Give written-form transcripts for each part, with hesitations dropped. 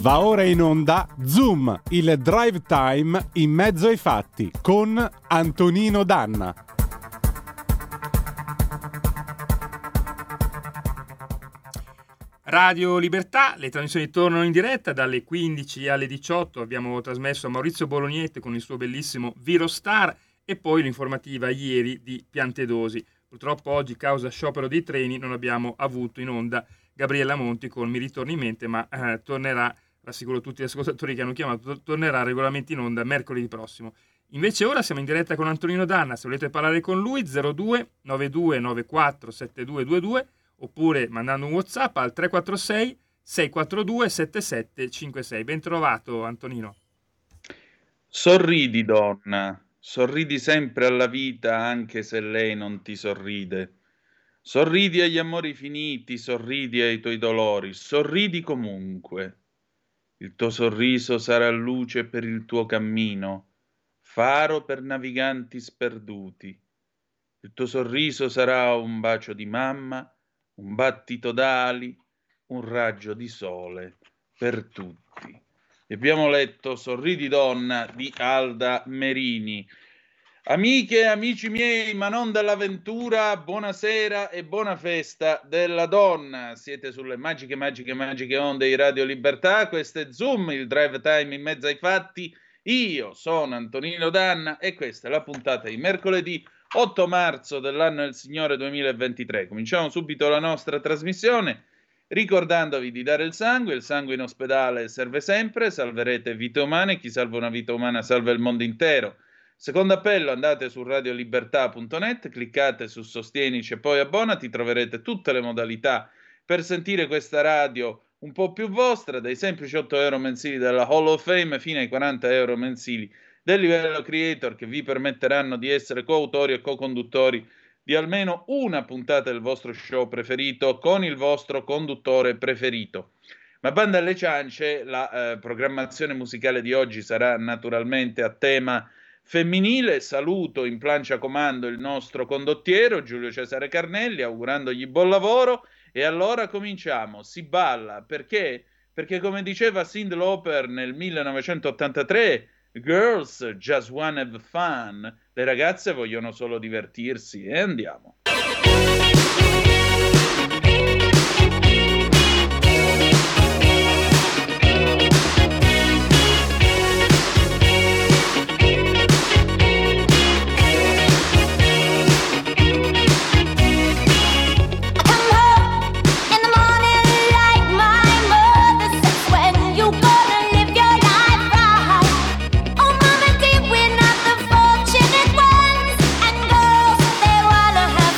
Va ora in onda Zoom, il drive time in mezzo ai fatti con Antonino Danna. Radio Libertà, le trasmissioni tornano in diretta dalle 15 alle 18. Abbiamo trasmesso Maurizio Bolognete con il suo bellissimo Virostar e poi l'informativa ieri di Piantedosi. Purtroppo oggi, causa sciopero dei treni, non abbiamo avuto in onda Gabriella Monti con Mi ritorni in mente, ma tornerà, rassicuro tutti gli ascoltatori che hanno chiamato, tornerà regolarmente in onda mercoledì prossimo. Invece ora siamo in diretta con Antonino Danna. Se volete parlare con lui, 02 92 94 7222, oppure mandando un WhatsApp al 346 642 7756. Ben trovato, Antonino. Sorridi, donna, sorridi sempre alla vita anche se lei non ti sorride. Sorridi agli amori finiti, sorridi ai tuoi dolori, sorridi comunque. Il tuo sorriso sarà luce per il tuo cammino, faro per naviganti sperduti. Il tuo sorriso sarà un bacio di mamma, un battito d'ali, un raggio di sole per tutti. E abbiamo letto Sorridi donna di Alda Merini. Amiche e amici miei, ma non dell'avventura, buonasera e buona festa della donna. Siete sulle magiche onde di Radio Libertà. Questo è Zoom, il drive time in mezzo ai fatti. Io sono Antonino Danna e questa è la puntata di mercoledì 8 marzo dell'anno del Signore 2023. Cominciamo subito la nostra trasmissione ricordandovi di dare il sangue in ospedale serve sempre, salverete vite umane, chi salva una vita umana salva il mondo intero. Secondo appello, andate su radiolibertà.net, cliccate su Sostienici e poi abbonati, troverete tutte le modalità per sentire questa radio un po' più vostra, dai semplici 8 euro mensili della Hall of Fame fino ai 40 euro mensili del livello creator, che vi permetteranno di essere coautori e co-conduttori di almeno una puntata del vostro show preferito con il vostro conduttore preferito. Ma banda alle ciance, la programmazione musicale di oggi sarà naturalmente a tema femminile. Saluto in plancia comando il nostro condottiero Giulio Cesare Carnelli, augurandogli buon lavoro. E allora cominciamo. Si balla perché? Perché, come diceva Cyndi Lauper nel 1983, girls just wanna have fun. Le ragazze vogliono solo divertirsi. E andiamo. Have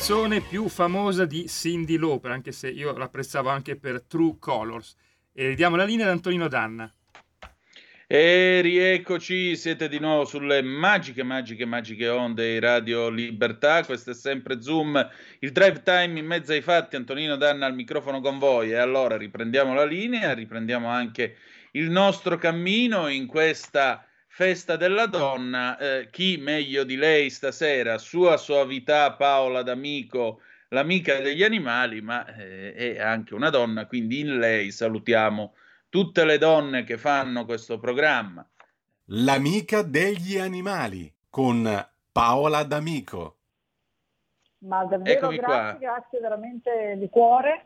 canzone più famosa di Cyndi Lauper, anche se io l'apprezzavo anche per True Colors. E diamo la linea ad Antonino Danna. E rieccoci, siete di nuovo sulle magiche onde di Radio Libertà. Questo è sempre Zoom, il drive time in mezzo ai fatti. Antonino Danna al microfono con voi. E allora riprendiamo la linea, riprendiamo anche il nostro cammino in questa festa della donna. Chi meglio di lei stasera? Sua soavità Paola D'Amico, l'amica degli animali, ma è anche una donna, quindi in lei salutiamo tutte le donne che fanno questo programma. L'amica degli animali con Paola D'Amico. Ma davvero Eccomi qua. Grazie veramente di cuore.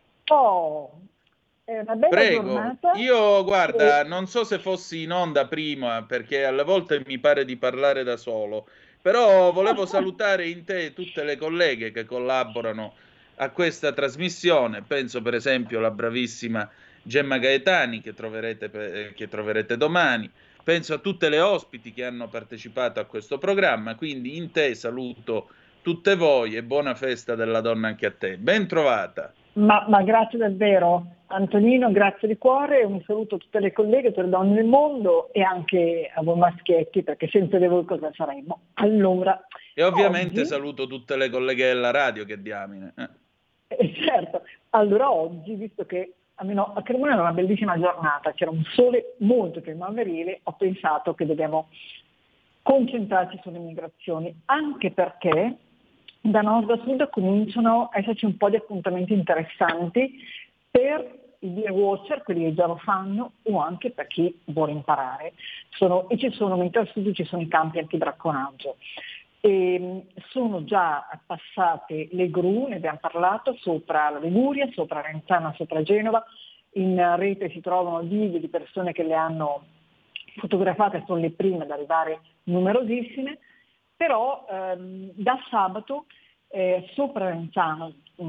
È una bella Prego, giornata. io guarda, non so se fossi in onda prima, perché alle volte mi pare di parlare da solo, però volevo salutare in te tutte le colleghe che collaborano a questa trasmissione. Penso per esempio alla bravissima Gemma Gaetani che troverete domani. Penso a tutte le ospiti che hanno partecipato a questo programma, quindi in te saluto tutte voi e buona festa della donna anche a te. Ben trovata. Ma grazie davvero Antonino, grazie di cuore, un saluto a tutte le colleghe, tutte le donne del mondo e anche a voi maschietti, perché senza di voi cosa saremmo? Allora, e ovviamente oggi, saluto tutte le colleghe della radio, che diamine. Certo, allora oggi, visto che almeno a Cremona era una bellissima giornata, c'era un sole molto primaverile, ho pensato che dobbiamo concentrarci sulle migrazioni, anche perché da nord a sud cominciano a esserci un po' di appuntamenti interessanti per i beer watcher, quelli che già lo fanno, o anche per chi vuole imparare. Mentre al sud ci sono i campi antibracconaggio. E sono già passate le gru, ne abbiamo parlato, sopra la Liguria, sopra Renzana, sopra Genova. In rete si trovano video di persone che le hanno fotografate, sono le prime ad arrivare numerosissime, però da sabato sopra Renzano,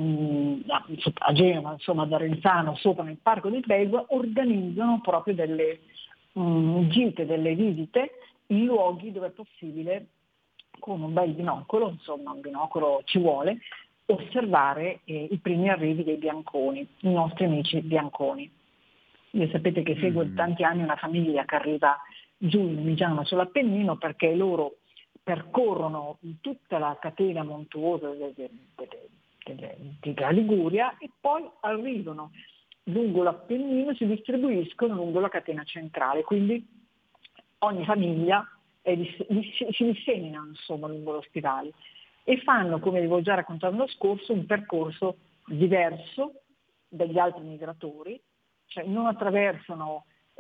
a Genova, insomma da Renzano, sopra nel Parco del Belgio, organizzano proprio delle gite, delle visite in luoghi dove è possibile, con un bel binocolo, insomma un binocolo ci vuole, osservare i primi arrivi dei bianconi, i nostri amici bianconi. Voi sapete che seguo da tanti anni una famiglia che arriva giù in Migiano sull'Appennino, perché loro percorrono tutta la catena montuosa della Liguria e poi arrivano lungo l'Appennino e si distribuiscono lungo la catena centrale, quindi ogni famiglia si dissemina insomma lungo lo spirale e fanno, come avevo già raccontato l'anno scorso, un percorso diverso dagli altri migratori, cioè non attraversano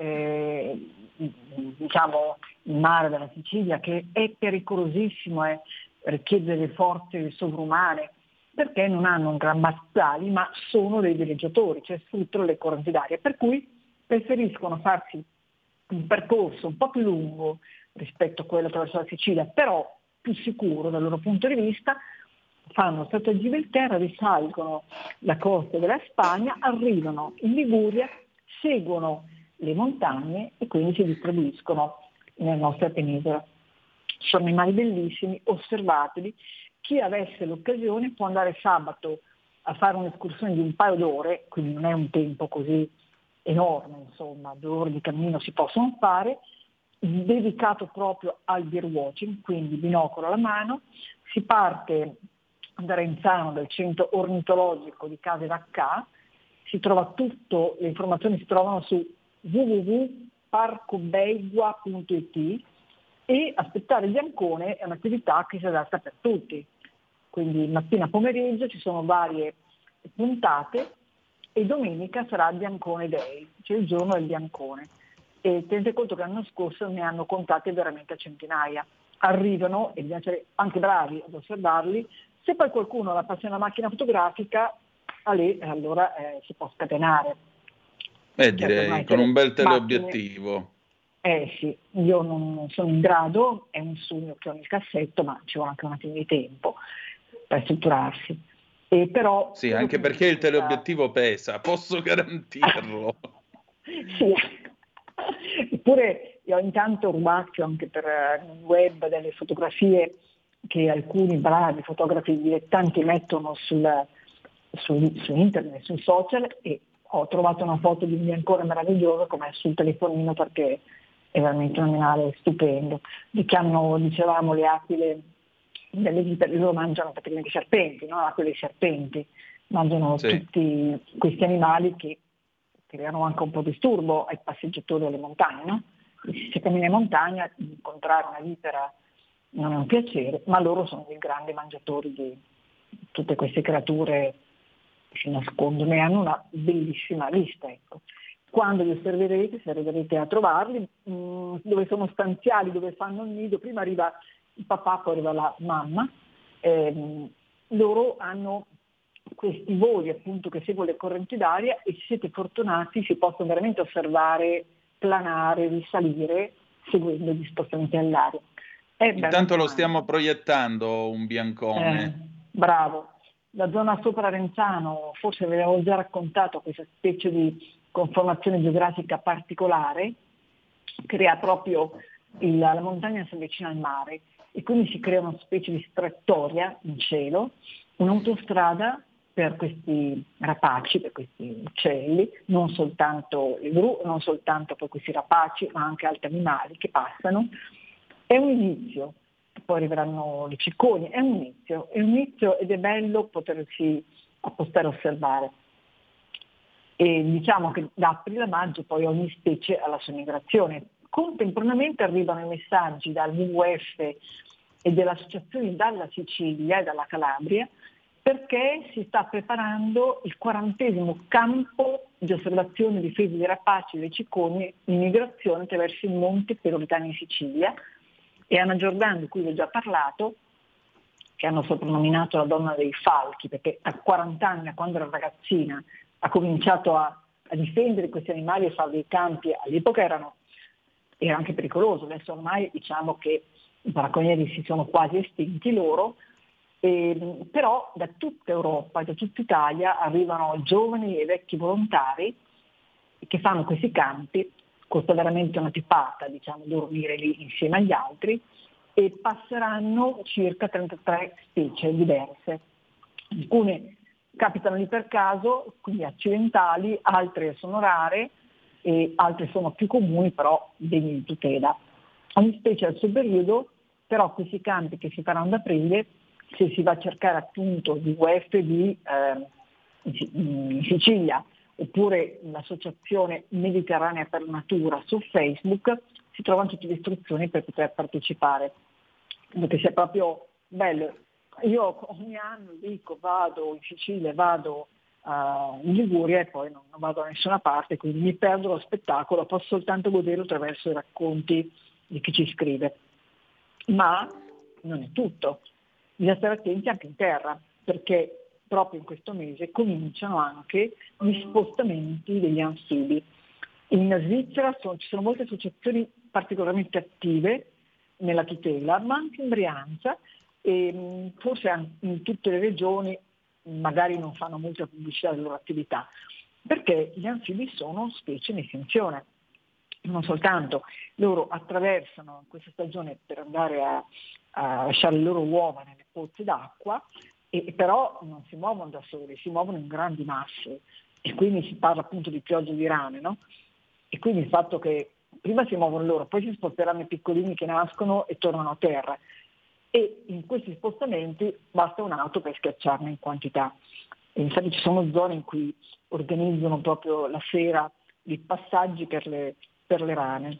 diciamo il mare della Sicilia, che è pericolosissimo, richiede delle forze sovrumane, perché non hanno un gran mazzali, ma sono dei villeggiatori, cioè sfruttano le correnti d'aria, per cui preferiscono farsi un percorso un po' più lungo rispetto a quello attraverso la Sicilia, però più sicuro dal loro punto di vista, fanno Stato di Gibilterra, risalgono la costa della Spagna, arrivano in Liguria, seguono le montagne e quindi si distribuiscono nella nostra penisola. Sono animali bellissimi, osservateli. Chi avesse l'occasione può andare sabato a fare un'escursione di un paio d'ore, quindi non è un tempo così enorme, insomma, 2 ore di cammino si possono fare, dedicato proprio al beer watching, quindi binocolo alla mano. Si parte da Renzano, dal centro ornitologico di Case Vaccà, si trova tutto, le informazioni si trovano su www.parcobeigua.it e aspettare il biancone è un'attività che si adatta per tutti, quindi mattina pomeriggio ci sono varie puntate e domenica sarà il Biancone Day, cioè il giorno del biancone, e tenete conto che l'anno scorso ne hanno contate veramente a centinaia. Arrivano e bisogna essere anche bravi ad osservarli. Se poi qualcuno ha la passione della macchina fotografica, allora si può scatenare. Direi con un bel teleobiettivo. Sì, io non sono in grado, è un sogno che ho nel cassetto, ma ci vuole anche un attimo di tempo per strutturarsi. Però, sì, anche perché il teleobiettivo pesa, posso garantirlo. Sì, eppure io intanto rubacchio anche per il web delle fotografie che alcuni bravi fotografi dilettanti mettono su internet, sui social, e ho trovato una foto di un biancone meraviglioso come sul telefonino, perché è veramente un animale stupendo. Dicevamo le aquile delle vipere, loro mangiano praticamente i serpenti, no? Aquile e serpenti, mangiano tutti questi animali che creano anche un po' disturbo ai passeggiatori delle montagne, no? Se cammina in montagna, incontrare una vipera non è un piacere, ma loro sono dei grandi mangiatori di tutte queste creature che si nascondono e hanno una bellissima vista. Ecco. Quando li osserverete, se arriverete a trovarli, dove sono stanziali, dove fanno il nido, prima arriva il papà, poi arriva la mamma, loro hanno questi voli appunto che seguono le correnti d'aria, e se siete fortunati si possono veramente osservare, planare, risalire seguendo gli spostamenti dell'aria. Intanto lo stiamo proiettando un biancone. Bravo. La zona sopra Renzano, forse ve l'avevo già raccontato, questa specie di conformazione geografica particolare, crea proprio la montagna si avvicina al mare e quindi si crea una specie di strettoria in cielo, un'autostrada per questi rapaci, per questi uccelli, non soltanto il gru, non soltanto per questi rapaci, ma anche altri animali che passano. È un inizio, poi arriveranno i cicconi, è un inizio ed è bello potersi appostare a osservare. E diciamo che da aprile a maggio poi ogni specie ha la sua migrazione. Contemporaneamente arrivano i messaggi dal WWF e delle associazioni dalla Sicilia e dalla Calabria, perché si sta preparando il 40° campo di osservazione di fesi dei rapaci e dei cicconi in migrazione attraverso il Monte Peloritano in Sicilia, e Anna Giordano, di cui vi ho già parlato, che hanno soprannominato la donna dei falchi, perché a 40 anni, quando era ragazzina, ha cominciato a difendere questi animali e fare dei campi. All'epoca era anche pericoloso, adesso ormai diciamo che i bracconieri si sono quasi estinti loro, però da tutta Europa e da tutta Italia arrivano giovani e vecchi volontari che fanno questi campi. Costa veramente una tipata, diciamo, dormire lì insieme agli altri, e passeranno circa 33 specie diverse. Alcune capitano lì per caso, quindi accidentali, altre sono rare e altre sono più comuni, però degne di tutela. Ogni specie ha il suo periodo, però questi campi che si faranno ad aprile, se si va a cercare appunto di WWF in Sicilia, oppure l'associazione Mediterranea per la Natura su Facebook, si trovano tutte le istruzioni per poter partecipare, perché sia proprio bello. Io ogni anno dico vado in Sicilia, vado in Liguria e poi non vado da nessuna parte, quindi mi perdo lo spettacolo, posso soltanto goderlo attraverso i racconti di chi ci scrive. Ma non è tutto, bisogna stare attenti anche in terra, perché proprio in questo mese cominciano anche gli spostamenti degli anfibi. In Svizzera ci sono molte associazioni particolarmente attive nella tutela, ma anche in Brianza, e forse anche in tutte le regioni magari non fanno molta pubblicità delle loro attività, perché gli anfibi sono specie in estinzione. Non soltanto, loro attraversano questa stagione per andare a lasciare le loro uova nelle pozze d'acqua, e però non si muovono da soli, si muovono in grandi masse, e quindi si parla appunto di piogge di rane, no? E quindi il fatto che prima si muovono loro, poi si sposteranno i piccolini che nascono e tornano a terra, e in questi spostamenti basta un'auto per schiacciarne in quantità. E infatti ci sono zone in cui organizzano proprio la sera dei passaggi per le rane.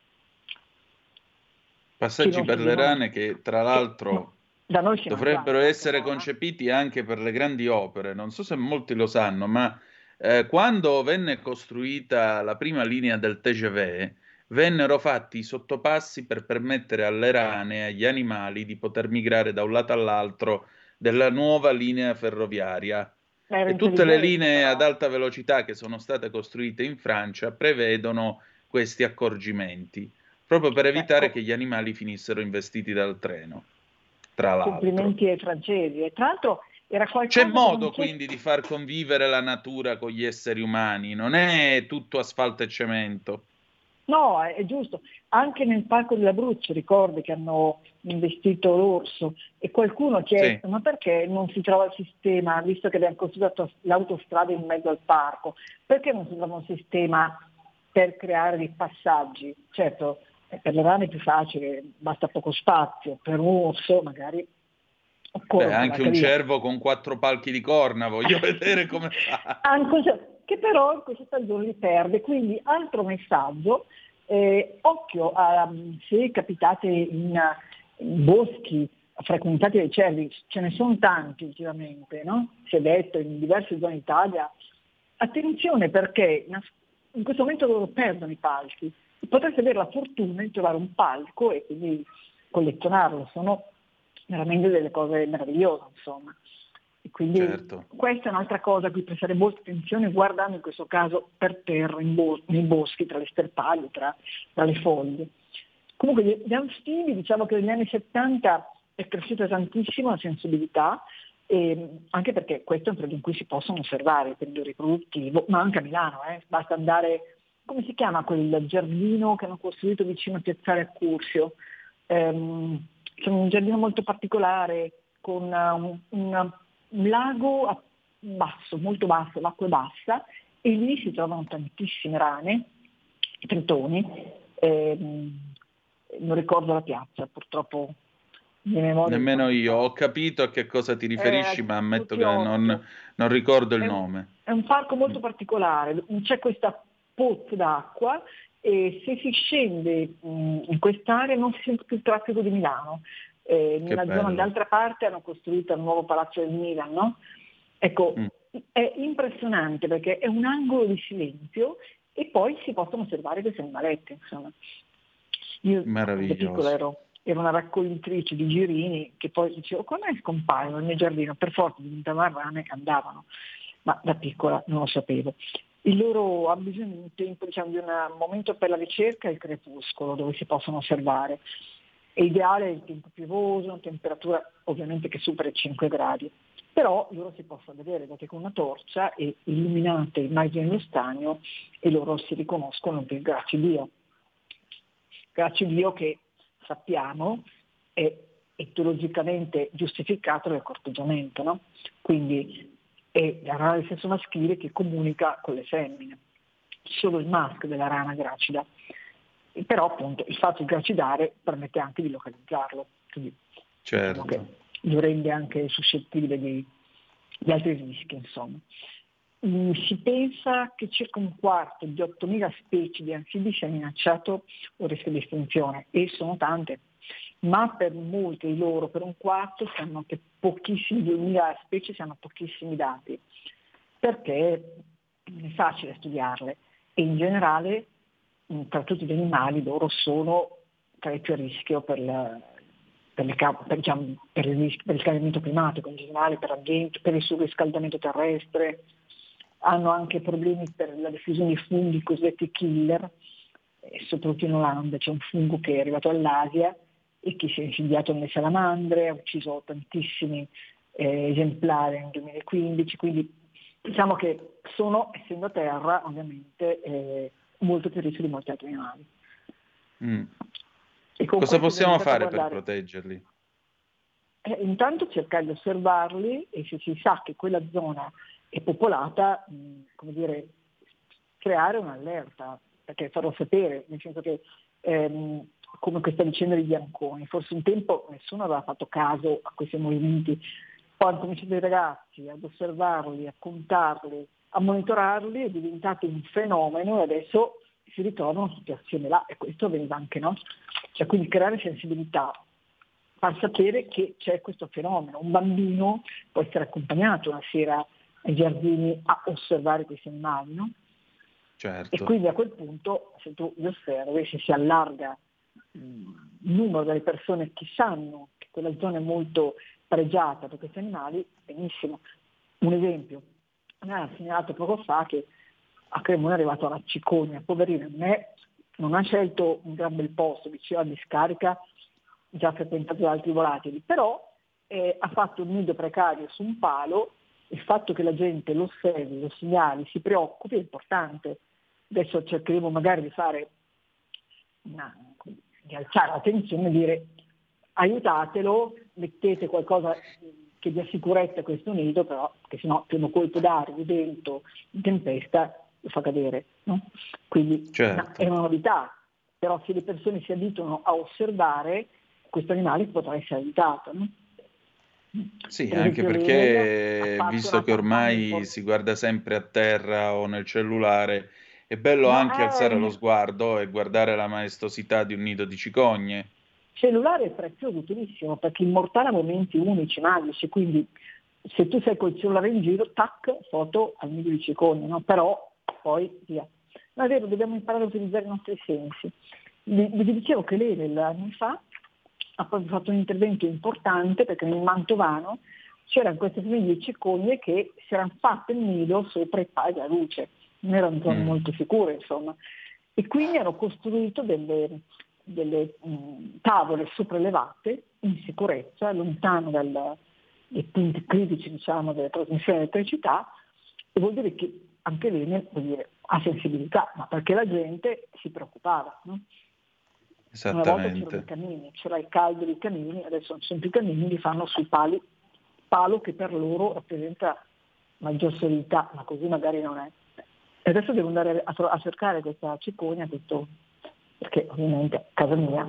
Passaggi per le rane che tra l'altro da noi dovrebbero essere concepiti anche per le grandi opere. Non so se molti lo sanno, ma quando venne costruita la prima linea del TGV, vennero fatti i sottopassi per permettere alle rane e agli animali di poter migrare da un lato all'altro della nuova linea ferroviaria. E tutte le linee ad alta velocità che sono state costruite in Francia prevedono questi accorgimenti, proprio per evitare che gli animali finissero investiti dal treno. Tra l'altro. Complimenti ai francesi. E tra l'altro era c'è modo quindi di far convivere la natura con gli esseri umani, non è tutto asfalto e cemento. No, è giusto. Anche nel parco dell'Abruzzo ricordi che hanno investito l'orso e qualcuno ha chiesto Sì. ma perché non si trova il sistema, visto che abbiamo costruito l'autostrada in mezzo al parco, perché non si trova un sistema per creare dei passaggi? Certo, per le rane è più facile, basta poco spazio, per un orso magari occorre Beh, un po' anche un batteria. cervo con 4 palchi di corna, voglio vedere come fa. Che però in questa stagione li perde, quindi altro messaggio, occhio se capitate in boschi frequentati dai cervi, ce ne sono tanti ultimamente, no? Si è detto in diverse zone d'Italia, attenzione perché in questo momento loro perdono i palchi, potreste avere la fortuna di trovare un palco e quindi collezionarlo, sono veramente delle cose meravigliose, insomma. E quindi Certo. questa è un'altra cosa a cui prestare molta attenzione guardando in questo caso per terra, nei boschi, tra le sterpali, tra le foglie. Comunque gli anfibi, diciamo che negli anni 70 è cresciuta tantissimo la sensibilità, anche perché questo è un periodo in cui si possono osservare il periodo riproduttivo, ma anche a Milano, basta andare, come si chiama quel giardino che hanno costruito vicino a Piazzale Accursio? C'è un giardino molto particolare con un lago basso, molto basso, l'acqua è bassa e lì si trovano tantissime rane, tritoni, non ricordo la piazza, purtroppo di memoria di Nemmeno tanto io fa. ho capito a che cosa ti riferisci, ma ammetto che Q8. non ricordo il È un, nome. è un parco molto particolare, c'è questa pozza d'acqua e se si scende in quest'area non si sente più il traffico di Milano. Che Nella zona bello. d'altra parte hanno costruito il nuovo palazzo del Milan, no? Ecco, Mm. è impressionante perché è un angolo di silenzio e poi si possono osservare questi animaletti, insomma. Io da piccola Meraviglioso. ero una raccoglitrice di girini che poi dicevo come scompaiono nel mio giardino, per forza diventavano rane e andavano, ma da piccola non lo sapevo. Il loro ha bisogno di un tempo, diciamo, di un momento per la ricerca e il crepuscolo dove si possono osservare. È ideale il tempo piovoso, una temperatura ovviamente che supera i 5 gradi, però loro si possono vedere date con una torcia e illuminate i margini dello stagno e loro si riconoscono per gracidio. Gracidio che sappiamo è etologicamente giustificato nel corteggiamento, no? Quindi è la rana del sesso maschile che comunica con le femmine, solo il maschio della rana gracida. E però appunto il fatto di gracidare permette anche di localizzarlo, quindi diciamo che Certo. lo rende anche suscettibile di altri rischi, insomma. Si pensa che circa un quarto di 8.000 specie di anfibi sia minacciato o rischio di estinzione, e sono tante, ma per molti di loro, per un quarto, sanno che pochissimi, 2.000 specie si hanno pochissimi dati, perché non è facile studiarle e in generale tra tutti gli animali loro sono tra i più a rischio per il cambiamento climatico in generale, per il surriscaldamento terrestre, hanno anche problemi per la diffusione di funghi cosiddetti killer, soprattutto in Olanda c'è un fungo che è arrivato all'Asia e che si è insidiato nelle salamandre, ha ucciso tantissimi esemplari nel 2015, quindi diciamo che sono, essendo a terra, ovviamente molto più a rischio di molti altri animali. Mm. E con Cosa questo possiamo bisogna fare per guardare. proteggerli? Intanto cercare di osservarli e se si sa che quella zona è popolata, come dire, creare un'allerta, perché farò sapere, nel senso che come questa vicenda di Bianconi, forse un tempo nessuno aveva fatto caso a questi movimenti, poi hanno cominciato i ragazzi ad osservarli, a contarli, a monitorarli, è diventato un fenomeno e adesso si ritrovano tutti assieme là e questo avveniva anche, no? Cioè, quindi creare sensibilità, far sapere che c'è questo fenomeno. Un bambino può essere accompagnato una sera ai giardini a osservare questi animali, no? E Certo. quindi a quel punto, se tu li osservi, se si allarga il numero delle persone che sanno che quella zona è molto pregiata per questi animali, benissimo. Un esempio, mi ha segnalato poco fa che a Cremona è arrivato alla cicogna, poverina, non ha scelto un gran bel posto vicino alla discarica, già frequentato da altri volatili, però ha fatto un nido precario su un palo. Il fatto che la gente lo osservi, lo segnali, si preoccupi è importante. Adesso cercheremo magari di fare di alzare l'attenzione e dire aiutatelo, mettete qualcosa che dia sicurezza a questo nido, però che sennò più un colpo d'aria, di vento, di tempesta lo fa cadere. No? Quindi Certo. è una novità, però se le persone si abituano a osservare, questo animale potrà essere aiutato. No? Sì, Per anche esempio Lele ha perché fatto visto una che campagna ormai si guarda sempre a terra o nel cellulare, è bello no, anche alzare lo sguardo e guardare la maestosità di un nido di cicogne. cellulare è prezioso, utilissimo, perché immortala momenti unici, magici, quindi se tu sei col cellulare in giro, tac, foto al nido di cicogne, no? Però poi via. Ma è vero, dobbiamo imparare a utilizzare i nostri sensi. Vi dicevo che lei anni fa ha proprio fatto un intervento importante perché nel Mantovano c'erano queste famiglie di cicogne che si erano fatte il nido sopra i pali della luce, non erano zone molto sicure insomma, e quindi hanno costruito delle tavole sopraelevate in sicurezza, lontano dai punti critici diciamo, delle trasmissioni di elettricità, e vuol dire che anche l'Enel ha sensibilità, ma perché la gente si preoccupava. No? Una volta c'erano i Esattamente. camini, c'era il caldo dei camini, adesso non ci sono più camini, li fanno sui pali, palo che per loro rappresenta maggior solidità, ma così magari non è. E adesso devo andare a cercare questa cicogna, perché ovviamente a casa mia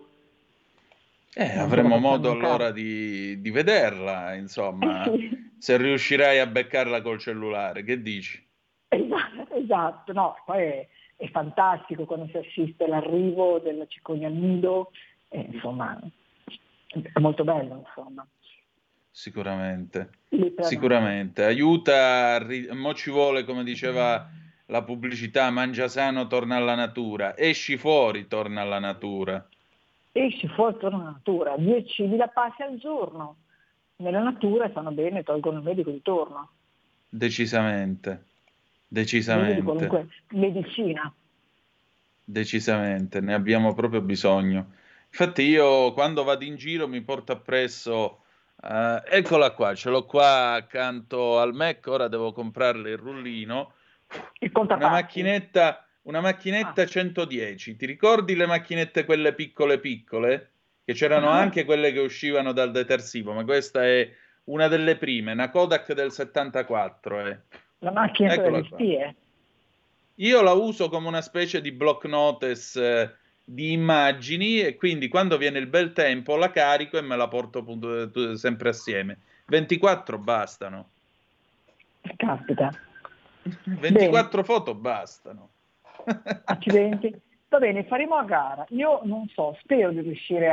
non ce la Avremo facciamo modo mancare. allora di vederla, insomma, Sì, se riuscirai a beccarla col cellulare, che dici? esatto, no, poi è fantastico quando si assiste all'arrivo della cicogna al nido, insomma, è molto bello, insomma. Sicuramente, Lì per andare. sicuramente. Aiuta, mo ci vuole, come diceva la pubblicità, mangia sano, torna alla natura. Esci fuori, torna alla natura. Esci fuori, torna alla natura, 10.000 passi al giorno nella natura e fanno bene, tolgono il medico di torno, Decisamente, meglio di decisamente, qualunque medicina. decisamente. Ne abbiamo proprio bisogno. Infatti io quando vado in giro mi porto appresso, eccola qua, ce l'ho qua accanto al Mac, ora devo comprarle il rullino. Il Una contapassi. macchinetta, una Ah. macchinetta 110. Ti ricordi le macchinette quelle piccole piccole? Che c'erano anche quelle che uscivano dal detersivo, ma questa è una delle prime, una Kodak del 74. La macchina Eccola delle qua. spie. Io la uso come una specie di block notice di immagini e quindi quando viene il bel tempo la carico e me la porto appunto, sempre assieme. 24 bastano. Caspita. Bene, 24 foto bastano. accidenti. Va bene, faremo a gara. Io non so, spero di riuscire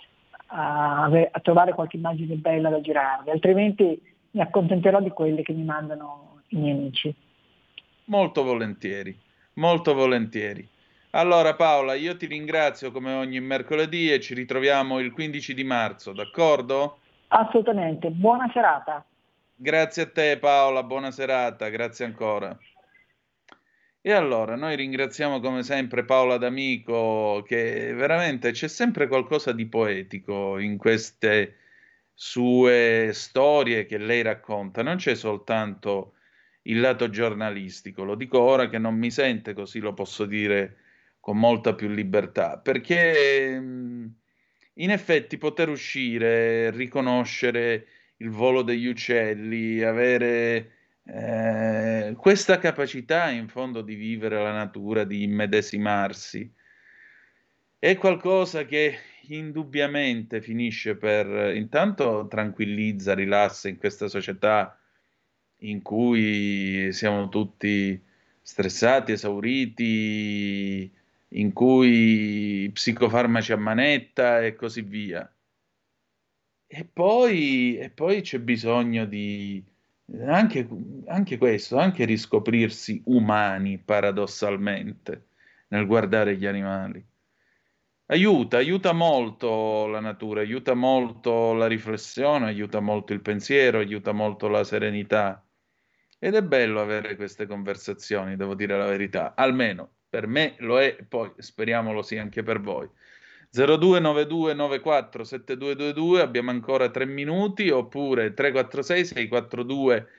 a trovare qualche immagine bella da girarvi, altrimenti mi accontenterò di quelle che mi mandano i miei amici. Molto volentieri, molto volentieri. Allora Paola, io ti ringrazio come ogni mercoledì e ci ritroviamo il 15 di marzo, d'accordo? Assolutamente. Buona serata. Grazie a te Paola, buona serata, grazie ancora. E allora, noi ringraziamo come sempre Paola D'Amico, che veramente c'è sempre qualcosa di poetico in queste sue storie che lei racconta. Non c'è soltanto il lato giornalistico, lo dico ora che non mi sente, così lo posso dire con molta più libertà, perché in effetti poter uscire, riconoscere il volo degli uccelli, avere questa capacità in fondo di vivere la natura, di immedesimarsi, è qualcosa che indubbiamente finisce per intanto tranquillizza, rilassa in questa società in cui siamo tutti stressati, esauriti, in cui psicofarmaci a manetta e così via. E poi c'è bisogno di anche, anche questo, anche riscoprirsi umani paradossalmente nel guardare gli animali. Aiuta molto la natura, aiuta molto la riflessione, aiuta molto il pensiero, aiuta molto la serenità. Ed è bello avere queste conversazioni, devo dire la verità. Almeno per me lo è, poi speriamo lo sia anche per voi. 029294 7222, abbiamo ancora 3 minuti, oppure 346 642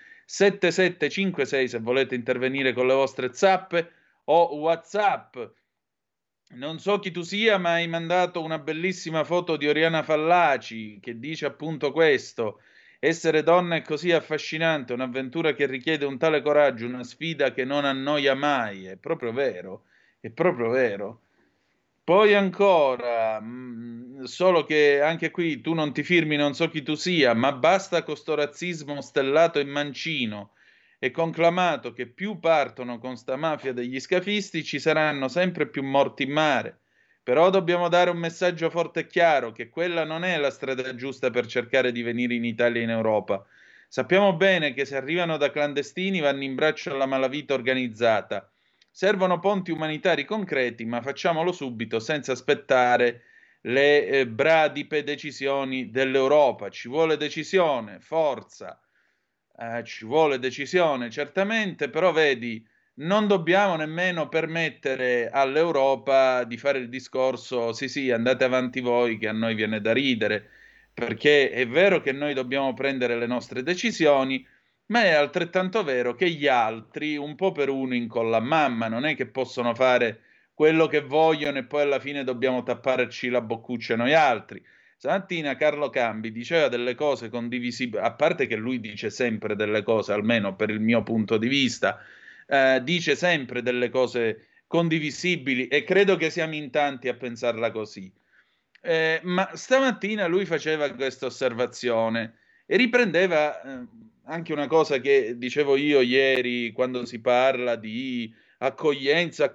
7756 se volete intervenire con le vostre zappe o WhatsApp. non so chi tu sia, ma hai mandato una bellissima foto di Oriana Fallaci che dice appunto questo: essere donna è così affascinante, un'avventura che richiede un tale coraggio, una sfida che non annoia mai. È proprio vero, è proprio vero. Poi ancora, solo che anche qui tu non ti firmi, non so chi tu sia, ma basta con sto razzismo stellato e mancino. È conclamato che più partono con sta mafia degli scafisti, ci saranno sempre più morti in mare. Però dobbiamo dare un messaggio forte e chiaro, che quella non è la strada giusta per cercare di venire in Italia e in Europa. Sappiamo bene che se arrivano da clandestini vanno in braccio alla malavita organizzata. Servono ponti umanitari concreti, ma facciamolo subito, senza aspettare le bradipe decisioni dell'Europa. Ci vuole decisione, forza. Ci vuole decisione, certamente, però vedi, non dobbiamo nemmeno permettere all'Europa di fare il discorso sì, andate avanti voi che a noi viene da ridere, perché è vero che noi dobbiamo prendere le nostre decisioni, ma è altrettanto vero che gli altri, un po' per uno incolla a mamma, non è che possono fare quello che vogliono e poi alla fine dobbiamo tapparci la boccuccia noi altri. Stamattina Carlo Cambi diceva delle cose condivisibili, a parte che lui dice sempre delle cose, almeno per il mio punto di vista, dice sempre delle cose condivisibili e credo che siamo in tanti a pensarla così. Ma stamattina lui faceva questa osservazione e riprendeva anche una cosa che dicevo io ieri quando si parla di accoglienza,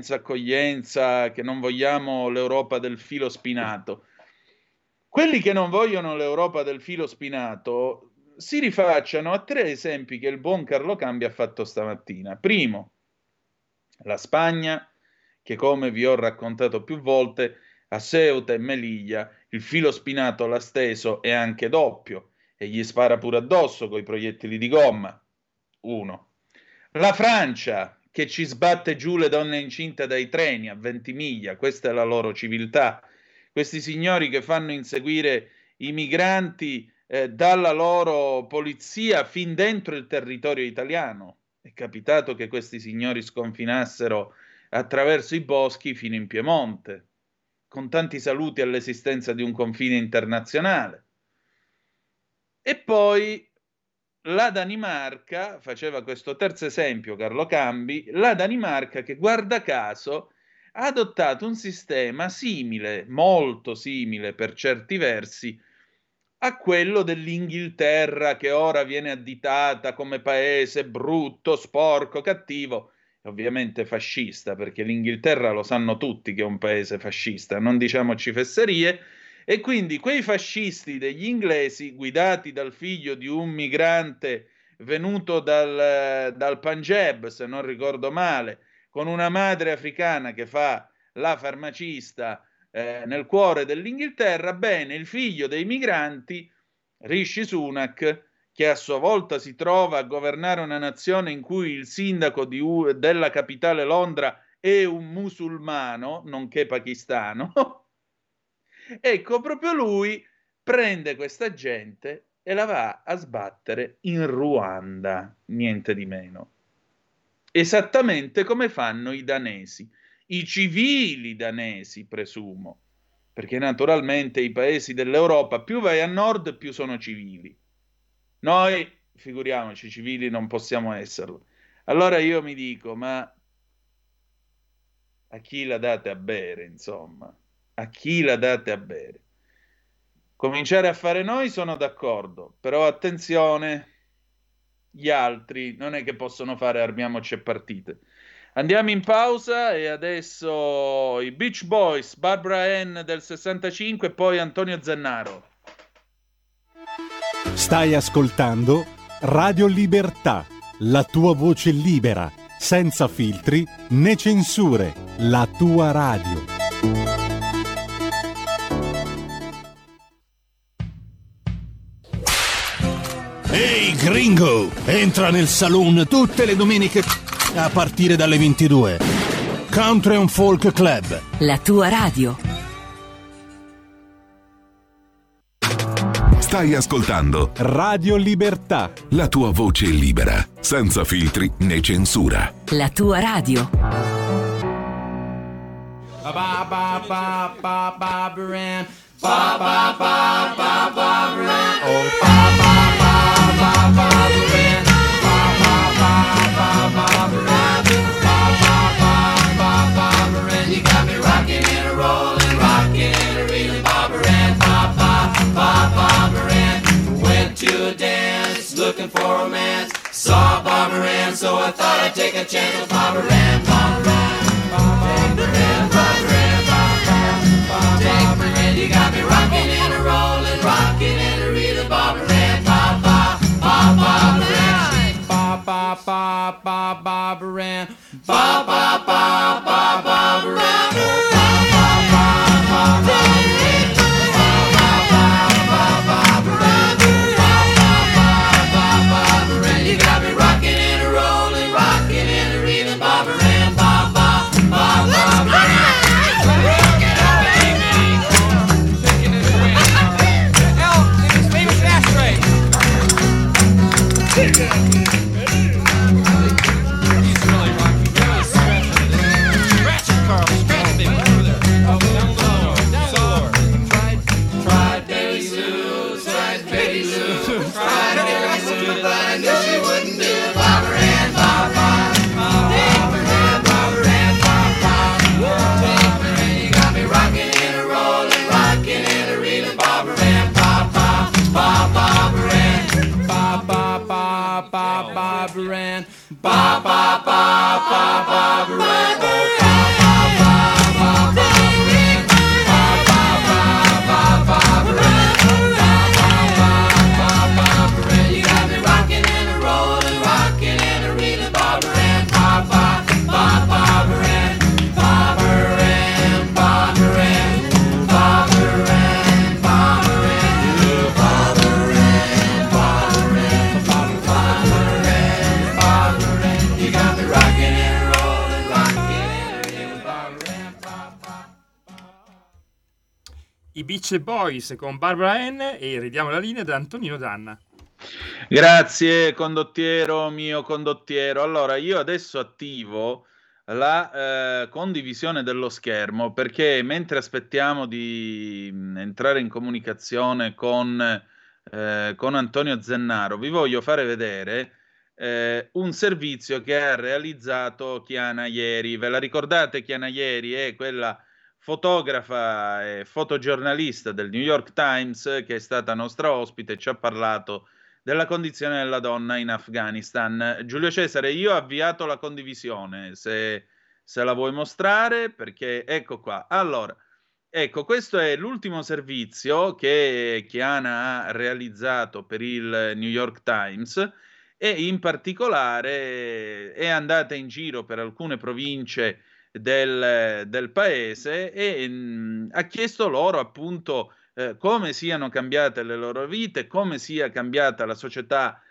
che non vogliamo l'Europa del filo spinato. Quelli che non vogliono l'Europa del filo spinato si rifacciano a 3 esempi che il buon Carlo Cambi ha fatto stamattina. Primo, la Spagna, che come vi ho raccontato più volte, a Ceuta e Melilla il filo spinato l'ha steso e anche doppio, e gli spara pure addosso coi proiettili di gomma. 1. La Francia, che ci sbatte giù le donne incinte dai treni a Ventimiglia, questa è la loro civiltà. Questi signori che fanno inseguire i migranti dalla loro polizia fin dentro il territorio italiano. È capitato che questi signori sconfinassero attraverso i boschi fino in Piemonte, con tanti saluti all'esistenza di un confine internazionale. E poi la Danimarca, faceva questo terzo esempio Carlo Cambi, la Danimarca che guarda caso ha adottato un sistema simile, molto simile per certi versi, a quello dell'Inghilterra che ora viene additata come paese brutto, sporco, cattivo, e ovviamente fascista, perché l'Inghilterra lo sanno tutti che è un paese fascista, non diciamoci fesserie, e quindi quei fascisti degli inglesi, guidati dal figlio di un migrante venuto dal Punjab, se non ricordo male, con una madre africana che fa la farmacista nel cuore dell'Inghilterra, bene, il figlio dei migranti, Rishi Sunak, che a sua volta si trova a governare una nazione in cui il sindaco della capitale Londra è un musulmano, nonché pakistano, ecco, proprio lui prende questa gente e la va a sbattere in Ruanda, niente di meno. Esattamente come fanno i danesi, i civili danesi, presumo, perché naturalmente i paesi dell'Europa, più vai a nord, più sono civili. Noi, figuriamoci, civili non possiamo esserlo. Allora io mi dico, ma a chi la date a bere, insomma? A chi la date a bere? Cominciare a fare noi sono d'accordo, però attenzione, gli altri non è che possono fare armiamoci e partite. Andiamo in pausa e adesso i Beach Boys, Barbara Ann del 65 e poi Antonio Zennaro. Stai ascoltando Radio Libertà, la tua voce libera, senza filtri né censure, la tua radio. Ehi gringo, entra nel saloon tutte le domeniche a partire dalle 22. Country and Folk Club, la tua radio. Stai ascoltando Radio Libertà, la tua voce libera, senza filtri né censura. La tua radio. Ba ba ba ba ba ba Baran. Ba ba ba ba ba Baran. Oh ba ba ba ba ba Baran. Ba ba ba ba ba Baran. Ba ba ba ba ba Baran. You got me rocking and a rolling, rocking and a reeling, Bob Baran. Ba ba ba ba Baran. Went to a dance, looking for romance. Saw Bob Baran, so I thought I'd take a chance with Bob Baran. Bob Baran, Bob Baran, Bob Baran, Bob Baran. You got me rocking and a rolling, rocking and a reeling, Bob Baran. Bob Bob Bob Bob Baran. Bob Bob Bob Bob Bob Baran. Bob Bob Bob Bob Bob Baran. Bob Bob Bob Bob Bob Baran. Bob Bob Bob Bob Baran. Bob Bob Bob Bob Baran. You got me rocking and a rolling, rocking and a reeling, Bob Baran. Bob Bob Bob Bob Baran. Ba ba ba ba ba Baran. You got me rocking and a rolling, rocking and a reeling, Bob Baran. Ba ba ba ba Baran. Bob Baran, Bob Baran, Bob Baran, Bob Baran, Bob Baran, Bob Baran, Bob Baran, Bob Baran. You got me rocking and rolling, rocking and a reeling, Bob Baran, Bob Baran. I Beach Boys con Barbara Ann, e ridiamo la linea da Antonino Danna. Grazie condottiero, mio condottiero. Allora, io adesso attivo la condivisione dello schermo, perché mentre aspettiamo di entrare in comunicazione con Antonio Zennaro, vi voglio fare vedere un servizio che ha realizzato Chiana Ieri. Ve la ricordate? Chiana Ieri è quella fotografa e fotogiornalista del New York Times che è stata nostra ospite e ci ha parlato della condizione della donna in Afghanistan. Giulio Cesare, io ho avviato la condivisione, se la vuoi mostrare, perché ecco qua. Allora, ecco, questo è l'ultimo servizio che Chiana ha realizzato per il New York Times, e in particolare è andata in giro per alcune province del paese e ha chiesto loro appunto come siano cambiate le loro vite, come sia cambiata la società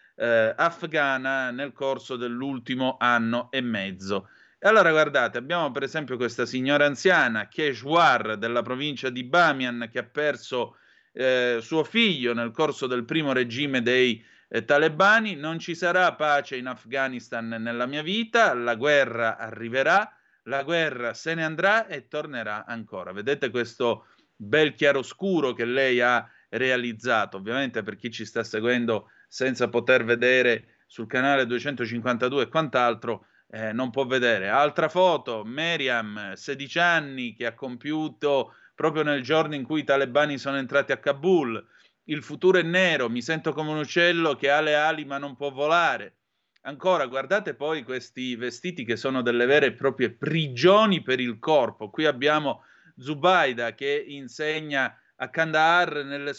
afghana nel corso dell'ultimo anno e mezzo. E allora guardate, abbiamo per esempio questa signora anziana, Keshwar, della provincia di Bamiyan, che ha perso suo figlio nel corso del primo regime dei talebani. Non ci sarà pace in Afghanistan nella mia vita, la guerra arriverà, la guerra se ne andrà e tornerà ancora. Vedete questo bel chiaroscuro che lei ha realizzato, ovviamente per chi ci sta seguendo senza poter vedere sul canale 252 e quant'altro, non può vedere. Altra foto, Meriam, 16 anni, che ha compiuto proprio nel giorno in cui i talebani sono entrati a Kabul. Il futuro è nero, mi sento come un uccello che ha le ali ma non può volare. Ancora, guardate poi questi vestiti che sono delle vere e proprie prigioni per il corpo. Qui abbiamo Zubaida che insegna a Kandahar nelle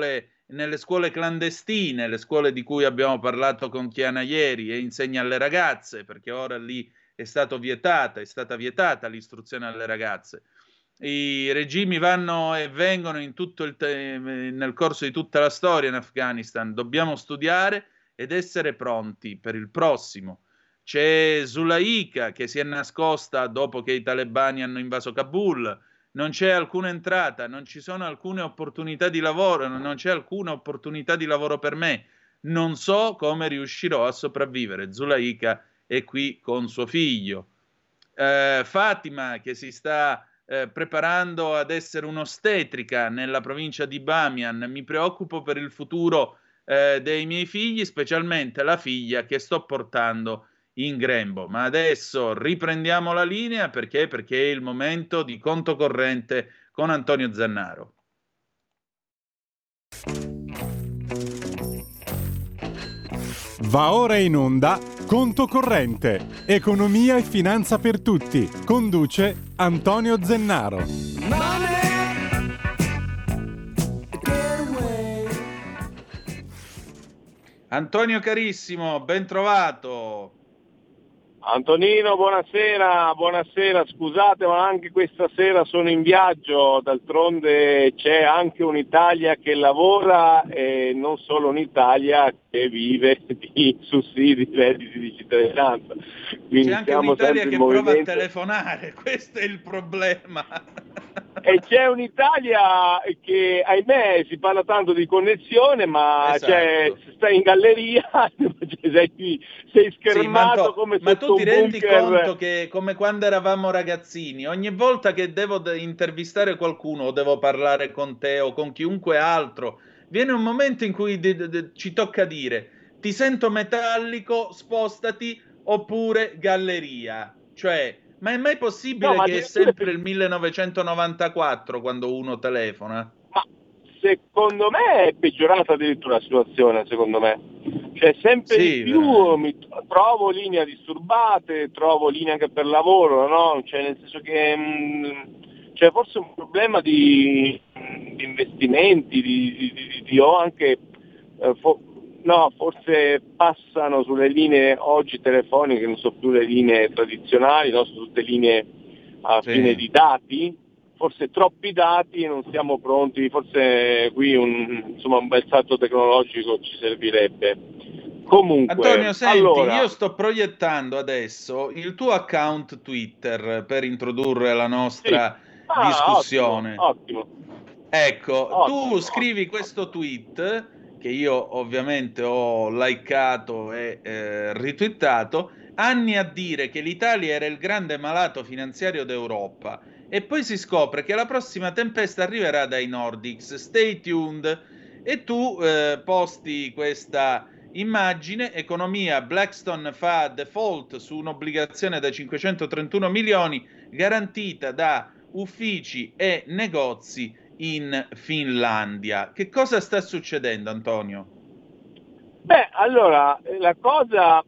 scuole clandestine, le scuole di cui abbiamo parlato con Chiana ieri, e insegna alle ragazze, perché ora lì è stata vietata l'istruzione alle ragazze. I regimi vanno e vengono nel corso di tutta la storia in Afghanistan. Dobbiamo studiare ed essere pronti per il prossimo. C'è Zulaika che si è nascosta dopo che i talebani hanno invaso Kabul. Non c'è alcuna entrata, non ci sono alcune opportunità di lavoro, non c'è alcuna opportunità di lavoro per me. Non so come riuscirò a sopravvivere. Zulaika è qui con suo figlio. Fatima che si sta preparando ad essere un'ostetrica nella provincia di Bamiyan, mi preoccupo per il futuro dei miei figli, specialmente la figlia che sto portando in grembo. Ma adesso riprendiamo la linea perché è il momento di Conto Corrente con Antonio Zannaro. Va ora in onda Conto Corrente, economia e finanza per tutti. Conduce Antonio Zennaro. Antonio carissimo, ben trovato. Antonino, buonasera, scusate ma anche questa sera sono in viaggio, d'altronde c'è anche un'Italia che lavora e non solo un'Italia che vive di sussidi, redditi di cittadinanza. Quindi c'è anche siamo un'Italia sempre che in prova a movimento. telefonare, questo è il problema. E c'è un'Italia che, ahimè, si parla tanto di connessione, ma Esatto. stai in galleria, sei schermato Sì, come ma sotto tu ti un rendi bunker. conto che, come quando eravamo ragazzini, ogni volta che devo intervistare qualcuno o devo parlare con te o con chiunque altro, viene un momento in cui ci tocca dire ti sento metallico, spostati, oppure galleria. Cioè, ma è mai No, possibile ma che è addirittura sempre il 1994 quando uno telefona? Ma secondo me è peggiorata addirittura la situazione, secondo me. Cioè sempre Sì, di più veramente. trovo linee disturbate, trovo linee anche per lavoro, no? Cioè nel senso che c'è forse un problema di investimenti, o anche forse passano sulle linee oggi telefoniche, non so più le linee tradizionali, no? Sono tutte linee a Sì. fine di dati, forse troppi dati e non siamo pronti, forse qui un bel salto tecnologico ci servirebbe. Comunque, Antonio, senti, allora, io sto proiettando adesso il tuo account Twitter per introdurre la sì, nostra discussione. ottimo. Ecco, tu scrivi Ottimo. questo tweet che io ovviamente ho likeato e ritwittato, anni a dire che l'Italia era il grande malato finanziario d'Europa e poi si scopre che la prossima tempesta arriverà dai Nordics. Stay tuned. E tu posti questa immagine, economia, Blackstone fa default su un'obbligazione da 531 milioni garantita da uffici e negozi in Finlandia. Che cosa sta succedendo, Antonio? Beh, allora, la cosa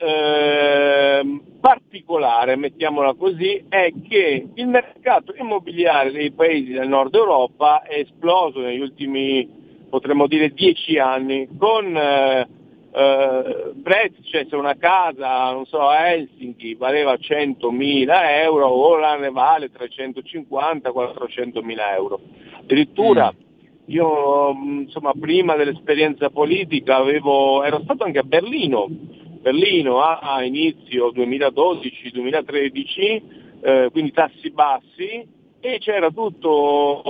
particolare, mettiamola così, è che il mercato immobiliare dei paesi del nord Europa è esploso negli ultimi, potremmo dire, 10 anni, con prezzi, cioè se una casa, non so, a Helsinki valeva 100.000 euro, ora ne vale 350-400.000 euro. Addirittura io, prima dell'esperienza politica ero stato anche a Berlino a inizio 2012-2013, quindi tassi bassi, e c'era tutto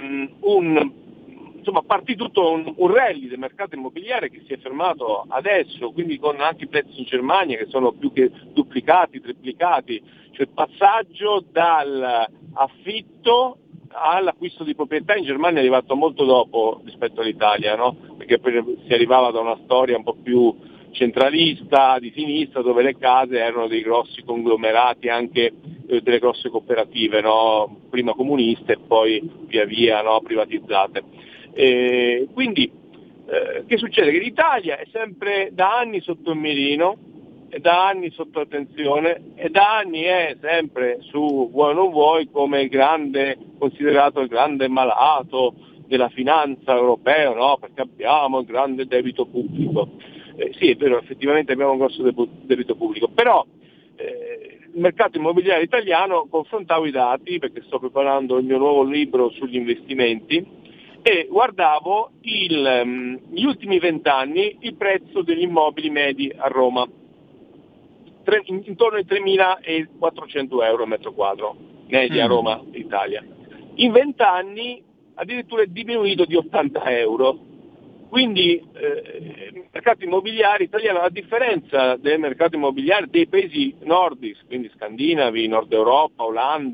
partì tutto un rally del mercato immobiliare che si è fermato adesso, quindi con anche i prezzi in Germania che sono più che duplicati, triplicati, cioè il passaggio dall'affitto all'acquisto di proprietà in Germania è arrivato molto dopo rispetto all'Italia, no? Perché si arrivava da una storia un po' più centralista, di sinistra, dove le case erano dei grossi conglomerati, anche delle grosse cooperative, no? Prima comuniste e poi via via, no? Privatizzate. Quindi che succede? Che l'Italia è sempre da anni sotto il mirino, è da anni sotto attenzione e da anni è sempre su, vuoi o non vuoi, come considerato il grande malato della finanza europea, no? Perché abbiamo il grande debito pubblico. Sì, è vero, effettivamente abbiamo un grosso debito pubblico, però il mercato immobiliare italiano, confrontavo i dati perché sto preparando il mio nuovo libro sugli investimenti e guardavo gli ultimi 20 anni il prezzo degli immobili medi a Roma, intorno ai 3.400 euro al metro quadro, media a Roma, Italia. In 20 anni addirittura è diminuito di 80 euro. Quindi il mercato immobiliare italiano, a differenza del mercato immobiliare dei paesi nordici, quindi scandinavi, Nord Europa, Olanda,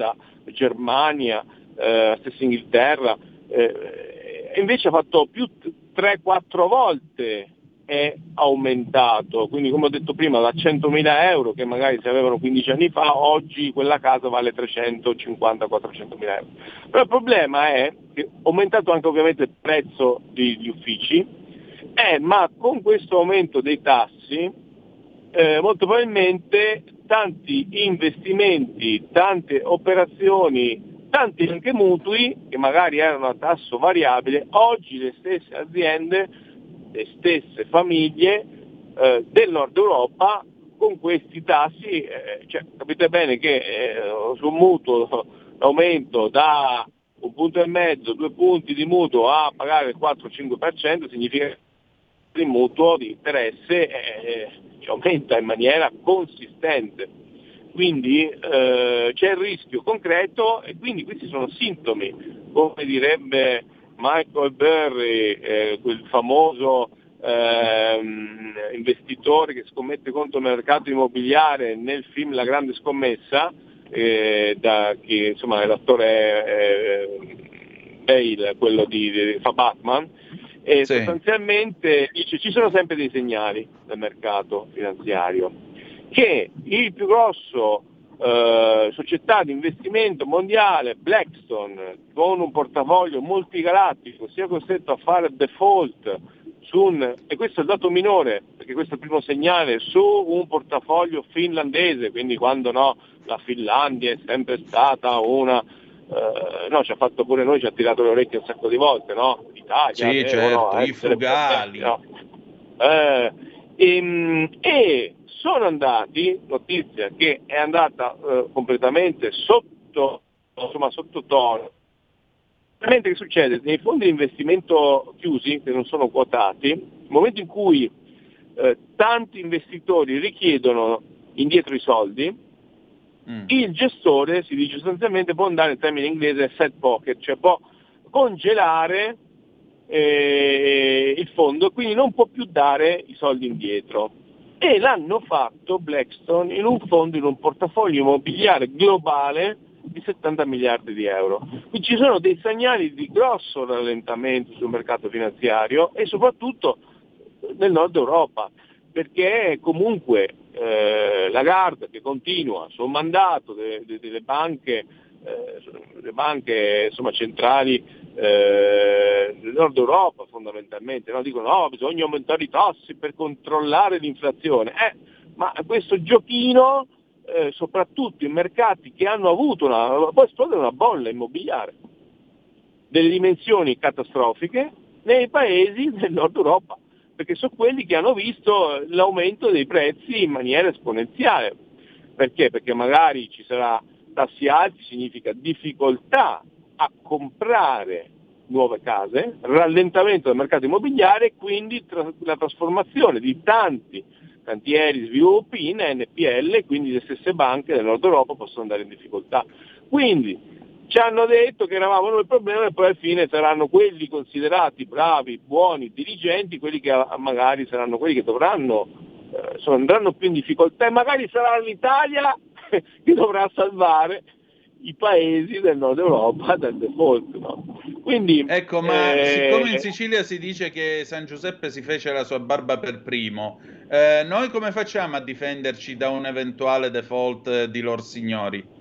Germania, stessa Inghilterra, invece ha fatto più 3-4 volte è aumentato, quindi come ho detto prima da 100.000 euro che magari si avevano 15 anni fa, oggi quella casa vale 350-400.000 euro. Però il problema è che è aumentato anche ovviamente il prezzo degli uffici, ma con questo aumento dei tassi molto probabilmente tanti investimenti, tante operazioni, tanti anche mutui che magari erano a tasso variabile, oggi le stesse aziende, le stesse famiglie del nord Europa con questi tassi, capite bene che su un mutuo l'aumento da 1,5 punti, 2 punti di mutuo a pagare il 4-5% significa che il mutuo di interesse aumenta in maniera consistente. Quindi c'è il rischio concreto e quindi questi sono sintomi, come direbbe Michael Burry, quel famoso investitore che scommette contro il mercato immobiliare nel film La Grande Scommessa, che insomma è l'attore Bale, quello di fa Batman, e sì. Sostanzialmente dice ci sono sempre dei segnali del mercato finanziario che il più grosso società di investimento mondiale, Blackstone, con un portafoglio multigalattico, sia costretto a fare default e questo è il dato minore, perché questo è il primo segnale, su un portafoglio finlandese, quindi quando la Finlandia è sempre stata una ci ha fatto pure noi, ci ha tirato le orecchie un sacco di volte, no? L'Italia, sì, certo, i frugali. E sono andati, notizia che è andata completamente sottotono. Veramente che succede? Nei fondi di investimento chiusi, che non sono quotati, nel momento in cui tanti investitori richiedono indietro i soldi, il gestore, si dice sostanzialmente, può andare in termine inglese set pocket, cioè può congelare il fondo e quindi non può più dare i soldi indietro. E l'hanno fatto Blackstone in un fondo, in un portafoglio immobiliare globale di 70 miliardi di euro. Quindi ci sono dei segnali di grosso rallentamento sul mercato finanziario e soprattutto nel nord Europa, perché comunque Lagarde, che continua sul mandato delle banche, le banche insomma centrali del nord Europa fondamentalmente, dicono bisogna aumentare i tassi per controllare l'inflazione, ma questo giochino soprattutto in mercati che hanno avuto può esplodere una bolla immobiliare delle dimensioni catastrofiche nei paesi del nord Europa, perché sono quelli che hanno visto l'aumento dei prezzi in maniera esponenziale. Perché? Perché magari ci sarà tassi alti, significa difficoltà a comprare nuove case, rallentamento del mercato immobiliare, quindi la trasformazione di tanti cantieri, sviluppi in NPL, quindi le stesse banche del nord Europa possono andare in difficoltà. Quindi ci hanno detto che eravamo noi il problema e poi alla fine saranno quelli considerati bravi, buoni, dirigenti, quelli che magari saranno quelli che andranno più in difficoltà e magari sarà l'Italia che dovrà salvare i paesi del nord Europa dal default. No? Quindi, ecco, ma siccome in Sicilia si dice che San Giuseppe si fece la sua barba per primo, noi come facciamo a difenderci da un eventuale default di lor signori?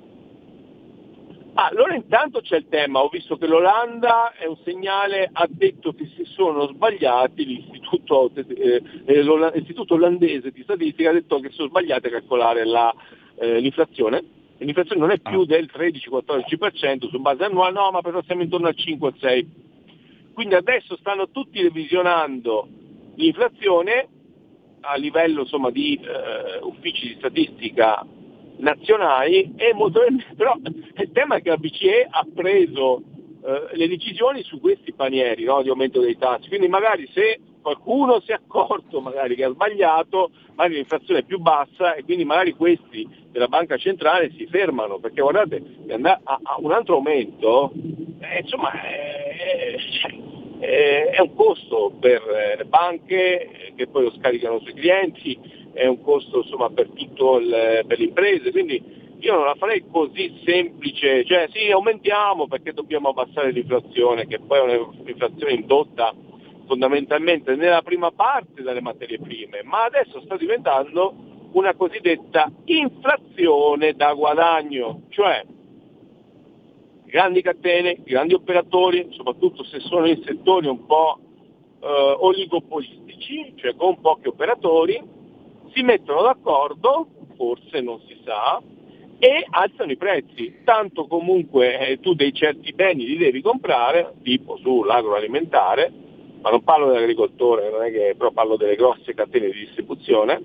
Allora intanto c'è il tema, ho visto che l'Olanda è un segnale, ha detto che si sono sbagliati, l'istituto olandese di statistica ha detto che si sono sbagliati a calcolare l'inflazione. L'inflazione non è più del 13-14% su base annuale, no, ma però siamo intorno al 5-6%. Quindi adesso stanno tutti revisionando l'inflazione a livello insomma di uffici di statistica nazionali e molto, però il tema è che la BCE ha preso le decisioni su questi panieri, no, di aumento dei tassi, quindi magari se qualcuno si è accorto magari che ha sbagliato, magari l'inflazione è più bassa e quindi magari questi della banca centrale si fermano, perché guardate, andare a un altro aumento insomma è un costo per le banche che poi lo scaricano sui clienti, è un costo insomma per le imprese, quindi io non la farei così semplice, cioè sì, aumentiamo perché dobbiamo abbassare l'inflazione, che poi è un'inflazione indotta fondamentalmente nella prima parte dalle materie prime, ma adesso sta diventando una cosiddetta inflazione da guadagno, cioè grandi catene, grandi operatori, soprattutto se sono in settori un po' oligopolistici, cioè con pochi operatori, si mettono d'accordo, forse non si sa, e alzano i prezzi, tanto comunque tu dei certi beni li devi comprare, tipo sull'agroalimentare, ma non parlo dell'agricoltore, non è che, però parlo delle grosse catene di distribuzione,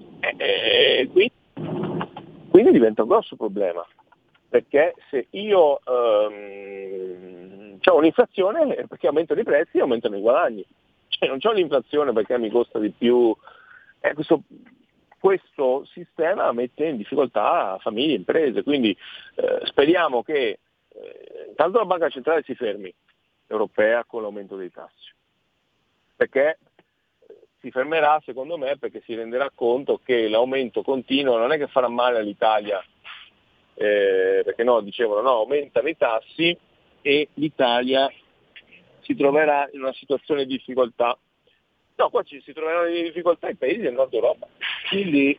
quindi diventa un grosso problema, perché se io ho un'inflazione è perché aumentano i prezzi e aumentano i guadagni, cioè non c'ho l'inflazione perché mi costa di più, questo sistema mette in difficoltà famiglie e imprese, quindi speriamo che intanto la Banca Centrale si fermi, europea, con l'aumento dei tassi, perché si fermerà secondo me perché si renderà conto che l'aumento continuo non è che farà male all'Italia, perché dicevano aumentano i tassi e l'Italia si troverà in una situazione di difficoltà. No, qua si troveranno in difficoltà i paesi del nord Europa, quindi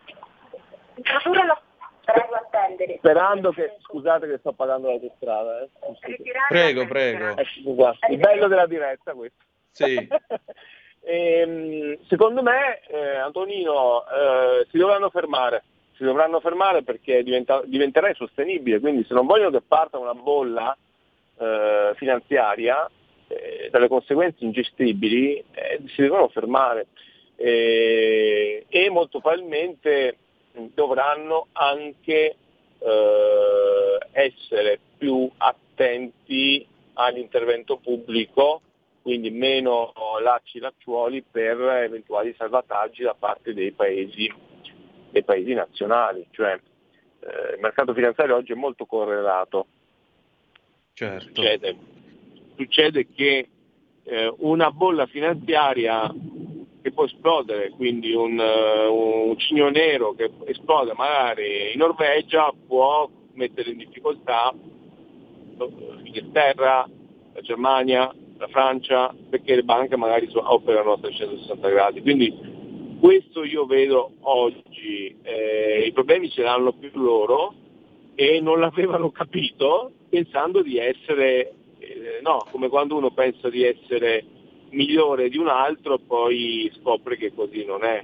sperando che, scusate che sto pagando l'autostrada. Prego. Il bello della diretta questo. Sì. Secondo me, Antonino, si dovranno fermare perché diventerà insostenibile, quindi se non vogliono che parta una bolla finanziaria, dalle conseguenze ingestibili, si devono fermare e molto probabilmente dovranno anche essere più attenti all'intervento pubblico, quindi meno lacci-lacciuoli per eventuali salvataggi da parte dei paesi nazionali, cioè il mercato finanziario oggi è molto correlato. Certo. Succede che una bolla finanziaria che può esplodere, quindi un cigno nero che esplode magari in Norvegia può mettere in difficoltà l'Inghilterra, la Germania, la Francia, perché le banche magari operano a 360 gradi. Quindi questo io vedo oggi, i problemi ce l'hanno più loro e non l'avevano capito pensando di essere come quando uno pensa di essere migliore di un altro poi scopre che così non è,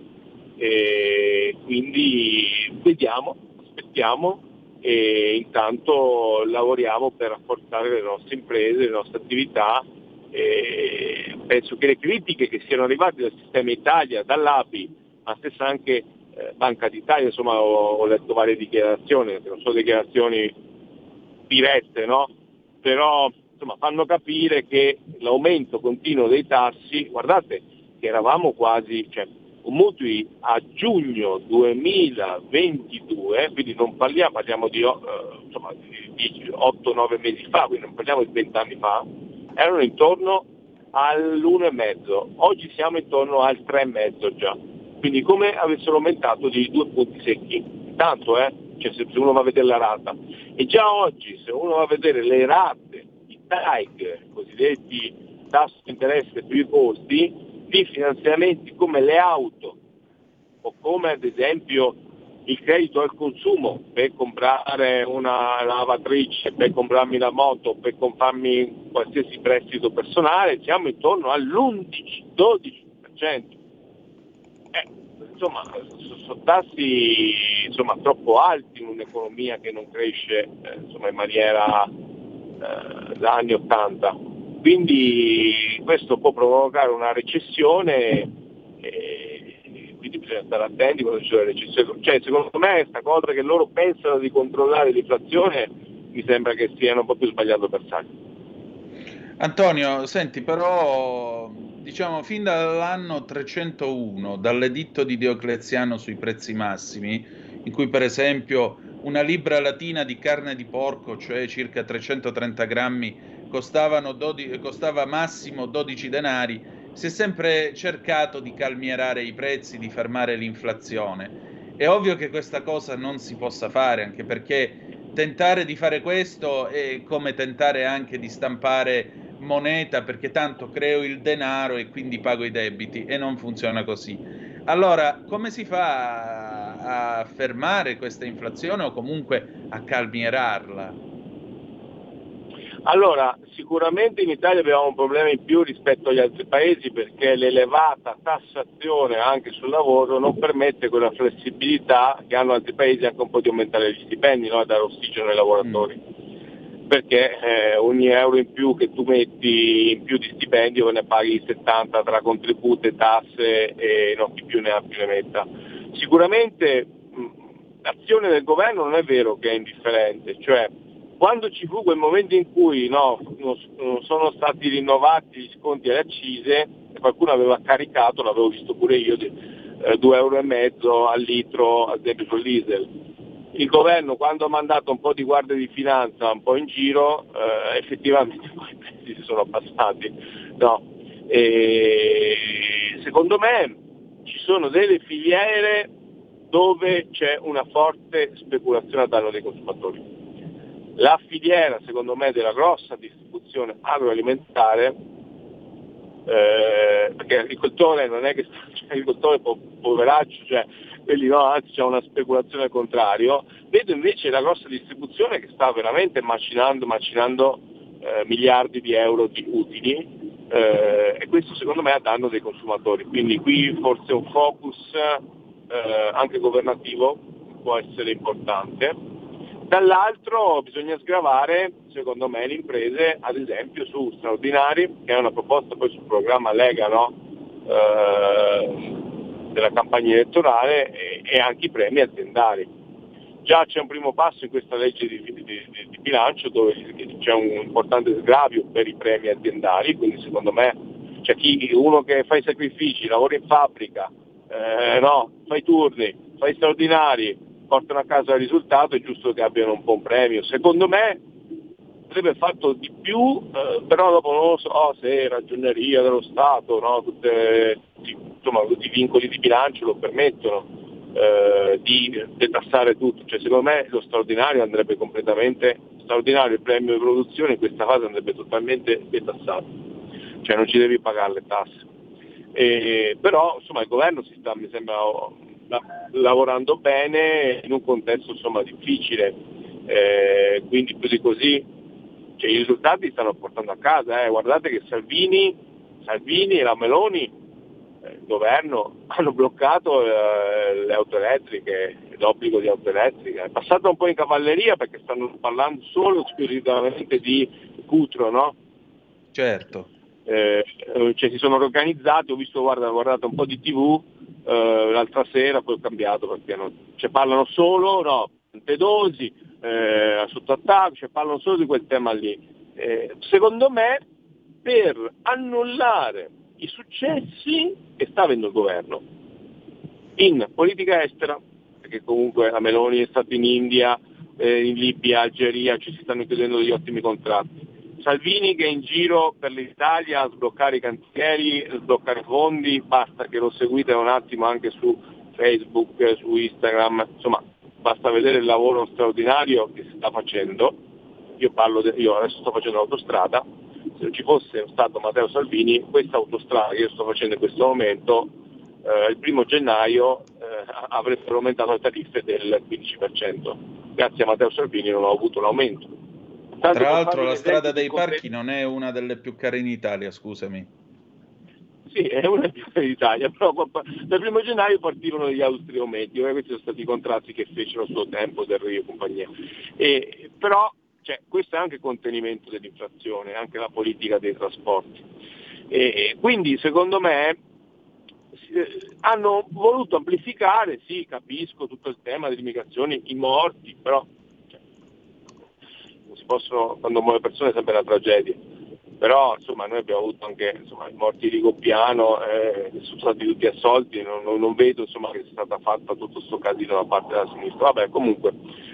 quindi aspettiamo e intanto lavoriamo per rafforzare le nostre imprese, le nostre attività. Penso che le critiche che siano arrivate dal sistema Italia, dall'API, ma stessa anche Banca d'Italia, insomma ho letto varie dichiarazioni, che non sono dichiarazioni dirette, però insomma fanno capire che l'aumento continuo dei tassi, guardate che eravamo quasi, con mutui a giugno 2022, quindi non parliamo di 8-9 mesi fa, quindi non parliamo di 20 anni fa, erano intorno all'1,5, oggi siamo intorno al 3,5 già, quindi come avessero aumentato di 2 punti secchi, tanto se uno va a vedere la rata, e già oggi se uno va a vedere le rate, i TAIG, cosiddetti tasso di interesse sui costi, di finanziamenti come le auto o come ad esempio il credito al consumo per comprare una lavatrice, per comprarmi la moto, per farmi qualsiasi prestito personale, siamo intorno all'11-12%. Insomma, sono tassi troppo alti in un'economia che non cresce in maniera da anni 80. Quindi questo può provocare una recessione quindi bisogna stare attenti quando c'è la recessione. Secondo me questa cosa che loro pensano di controllare l'inflazione mi sembra che stiano un po' più sbagliando bersaglio. Antonio, senti, però fin dall'anno 301, dall'editto di Diocleziano sui prezzi massimi, in cui per esempio una libra latina di carne di porco, cioè circa 330 grammi, costava massimo 12 denari, si è sempre cercato di calmierare i prezzi, di fermare l'inflazione. È ovvio che questa cosa non si possa fare, anche perché tentare di fare questo è come tentare anche di stampare moneta, perché tanto creo il denaro e quindi pago i debiti, e non funziona così. Allora, come si fa a fermare questa inflazione o comunque a calmierarla? Allora, sicuramente in Italia abbiamo un problema in più rispetto agli altri paesi, perché l'elevata tassazione anche sul lavoro non permette quella flessibilità che hanno altri paesi, anche un po' di aumentare gli stipendi, no? Dare ossigeno ai lavoratori. Perché ogni euro in più che tu metti in più di stipendio ne paghi 70 tra contributi e tasse e non chi più ne ha più ne metta. Sicuramente l'azione del governo non è vero che è indifferente, cioè quando ci fu quel momento in cui non sono stati rinnovati gli sconti alle accise, e qualcuno aveva caricato, l'avevo visto pure io, di 2,5 euro al litro, ad esempio sul diesel. Il governo, quando ha mandato un po' di guardia di finanza un po' in giro, effettivamente poi i prezzi si sono abbassati. No. E secondo me ci sono delle filiere dove c'è una forte speculazione a danno dei consumatori. La filiera, secondo me, della grossa distribuzione agroalimentare, perché l'agricoltore non è che l'agricoltore poveraccio, cioè quelli no, anzi c'è una speculazione al contrario. Vedo invece la grossa distribuzione che sta veramente macinando miliardi di euro di utili, e questo secondo me a danno dei consumatori. Quindi qui forse un focus anche governativo può essere importante. Dall'altro bisogna sgravare, secondo me, le imprese, ad esempio su straordinari, che è una proposta poi sul programma Lega, no? Della campagna elettorale, e anche i premi aziendali. Già c'è un primo passo in questa legge di bilancio dove c'è un importante sgravio per i premi aziendali, quindi secondo me c'è uno che fa i sacrifici, lavora in fabbrica, fa i turni, fa i straordinari, portano a casa il risultato, è giusto che abbiano un po' un premio. Secondo me sarebbe fatto di più, però dopo non lo so se Ragioneria dello Stato, no, tutti i vincoli di bilancio lo permettono di detassare tutto. Cioè, secondo me lo straordinario andrebbe completamente, straordinario, il premio di produzione in questa fase andrebbe totalmente detassato, cioè non ci devi pagare le tasse. Però insomma il governo si sta, mi sembra, lavorando bene in un contesto insomma difficile, quindi più di così, cioè, i risultati stanno portando a casa. Guardate che Salvini e la Meloni, il governo, hanno bloccato le auto elettriche, l'obbligo di auto elettriche. È passato un po' in cavalleria perché stanno parlando solo esclusivamente di Cutro, no? Certo. Cioè, si sono organizzati, ho visto, guardato un po' di TV l'altra sera, poi ho cambiato perché parlano solo, no, tante dosi, sotto attacco, parlano solo di quel tema lì. Secondo me, per annullare i successi che sta avendo il governo in politica estera, perché comunque la Meloni è stata in India, in Libia, Algeria, ci si stanno chiudendo degli ottimi contratti. Salvini che è in giro per l'Italia a sbloccare i cantieri, a sbloccare fondi, basta che lo seguite un attimo anche su Facebook, su Instagram, insomma basta vedere il lavoro straordinario che si sta facendo. Io adesso sto facendo l'autostrada, se non ci fosse stato Matteo Salvini, questa autostrada che io sto facendo in questo momento, il 1° gennaio avrebbero aumentato le tariffe del 15%. Grazie a Matteo Salvini non ho avuto l'aumento. Tra l'altro la strada dei parchi non è una delle più care in Italia, scusami. Sì, è una delle più care in Italia, però dal 1° gennaio partivano gli austri aumenti, questi sono stati i contratti che fecero a suo tempo Del Rio e compagnia. Però questo è anche contenimento dell'inflazione, anche la politica dei trasporti. Quindi secondo me hanno voluto amplificare, sì, capisco tutto il tema delle immigrazioni, i morti, però si possono, quando muore persone è sempre una tragedia, però insomma noi abbiamo avuto anche i morti di Goppiano, sono stati tutti assolti, non vedo insomma che sia stata fatta tutto sto casino da parte della sinistra. Vabbè, comunque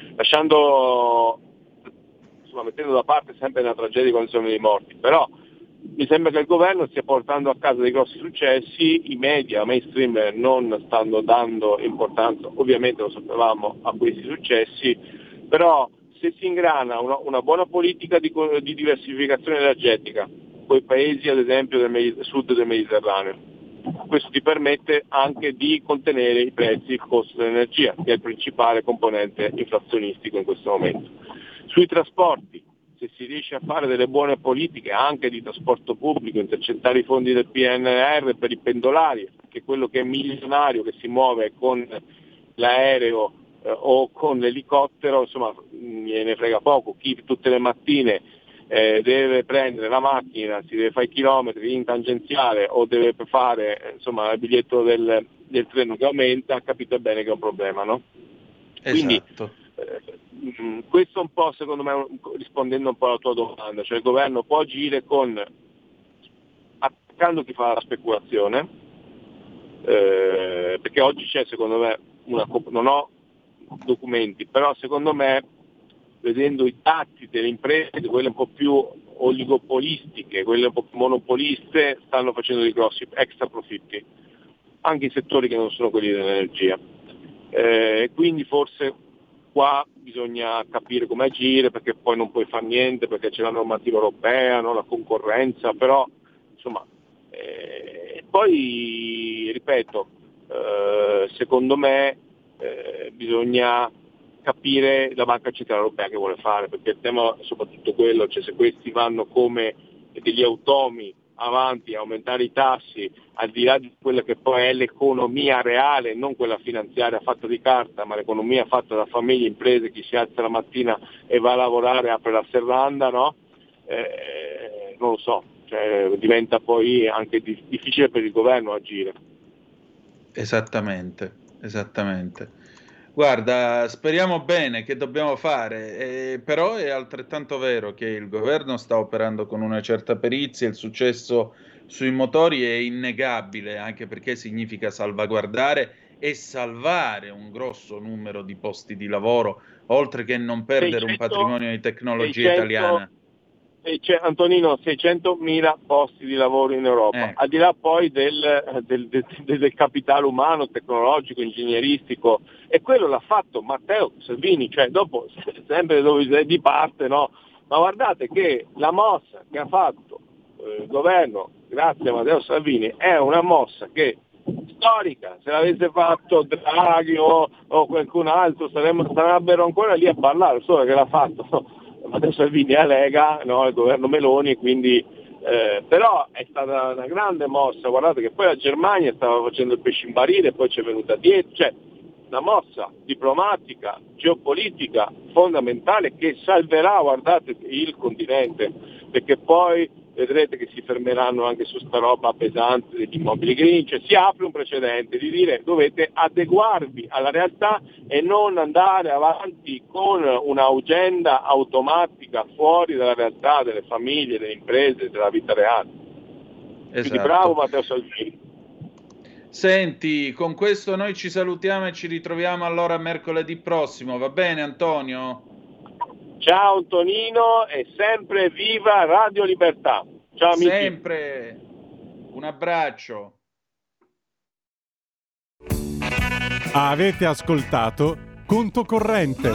mettendo da parte sempre una tragedia quando sono i morti, però mi sembra che il governo stia portando a casa dei grossi successi, i media mainstream non stanno dando importanza, ovviamente lo sapevamo, a questi successi, però se si ingrana una buona politica di diversificazione energetica, con i paesi ad esempio del sud del Mediterraneo, questo ti permette anche di contenere i prezzi, il costo dell'energia, che è il principale componente inflazionistico in questo momento. Sui trasporti, se si riesce a fare delle buone politiche anche di trasporto pubblico, intercettare i fondi del PNRR per i pendolari, che è quello che è milionario, che si muove con l'aereo o con l'elicottero, insomma ne frega poco, chi tutte le mattine deve prendere la macchina, si deve fare i chilometri in tangenziale o deve fare insomma il biglietto del treno che aumenta, capite bene che è un problema, no? Esatto. Quindi questo un po', secondo me, rispondendo un po' alla tua domanda, cioè il governo può agire attaccando chi fa la speculazione, perché oggi c'è, secondo me, non ho documenti, però secondo me, vedendo i dati delle imprese, quelle un po' più oligopolistiche, quelle un po' più monopoliste, stanno facendo dei grossi extra profitti, anche in settori che non sono quelli dell'energia. Quindi forse qua bisogna capire come agire, perché poi non puoi fare niente, perché c'è la normativa europea, no? La concorrenza, però insomma, poi ripeto, secondo me bisogna capire la Banca Centrale Europea che vuole fare, perché il tema è soprattutto quello, cioè se questi vanno come degli automi avanti a aumentare i tassi, al di là di quella che poi è l'economia reale, non quella finanziaria fatta di carta, ma l'economia fatta da famiglie, imprese, chi si alza la mattina e va a lavorare, apre la serranda, no? Non lo so, cioè, diventa poi anche difficile per il governo agire. Esattamente. Guarda, speriamo bene, che dobbiamo fare, però è altrettanto vero che il governo sta operando con una certa perizia, il successo sui motori è innegabile, anche perché significa salvaguardare e salvare un grosso numero di posti di lavoro, oltre che non perdere un patrimonio di tecnologia italiana. Antonino, 600.000 posti di lavoro in Europa, al di là poi del capitale umano, tecnologico, ingegneristico, e quello l'ha fatto Matteo Salvini, cioè dopo sempre dove di parte, no? Ma guardate che la mossa che ha fatto il governo grazie a Matteo Salvini è una mossa che storica, se l'avesse fatto Draghi o qualcun altro sarebbero ancora lì a parlare, solo che l'ha fatto Matteo Salvini è Lega, no, il governo Meloni, quindi però è stata una grande mossa. Guardate che poi la Germania stava facendo il pesce in barile, poi ci è venuta dietro, cioè una mossa diplomatica, geopolitica fondamentale che salverà, guardate, il continente, perché poi vedrete che si fermeranno anche su sta roba pesante degli immobili green, cioè si apre un precedente di dire dovete adeguarvi alla realtà e non andare avanti con un'agenda automatica fuori dalla realtà delle famiglie, delle imprese, della vita reale. Esatto. Quindi bravo Matteo Salvini. Senti, con questo noi ci salutiamo e ci ritroviamo allora mercoledì prossimo, va bene Antonio? Ciao Antonino e sempre viva Radio Libertà. Ciao amici. Sempre. Un abbraccio. Avete ascoltato Conto Corrente.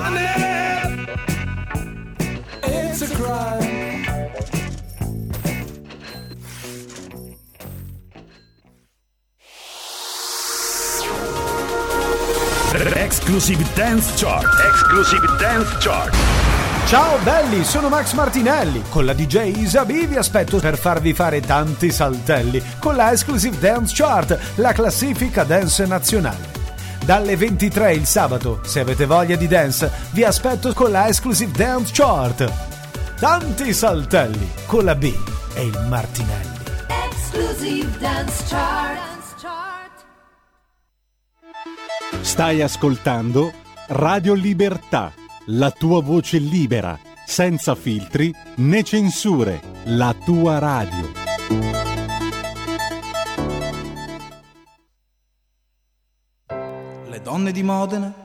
Exclusive Dance Chart. Exclusive Dance Chart. Ciao belli, sono Max Martinelli. Con la DJ Isabi vi aspetto per farvi fare tanti saltelli con la Exclusive Dance Chart, la classifica dance nazionale. Dalle 23 il sabato, se avete voglia di dance, vi aspetto con la Exclusive Dance Chart. Tanti saltelli con la B e il Martinelli. Exclusive Dance Chart. Stai ascoltando Radio Libertà, la tua voce libera, senza filtri né censure, la tua radio. Le donne di Modena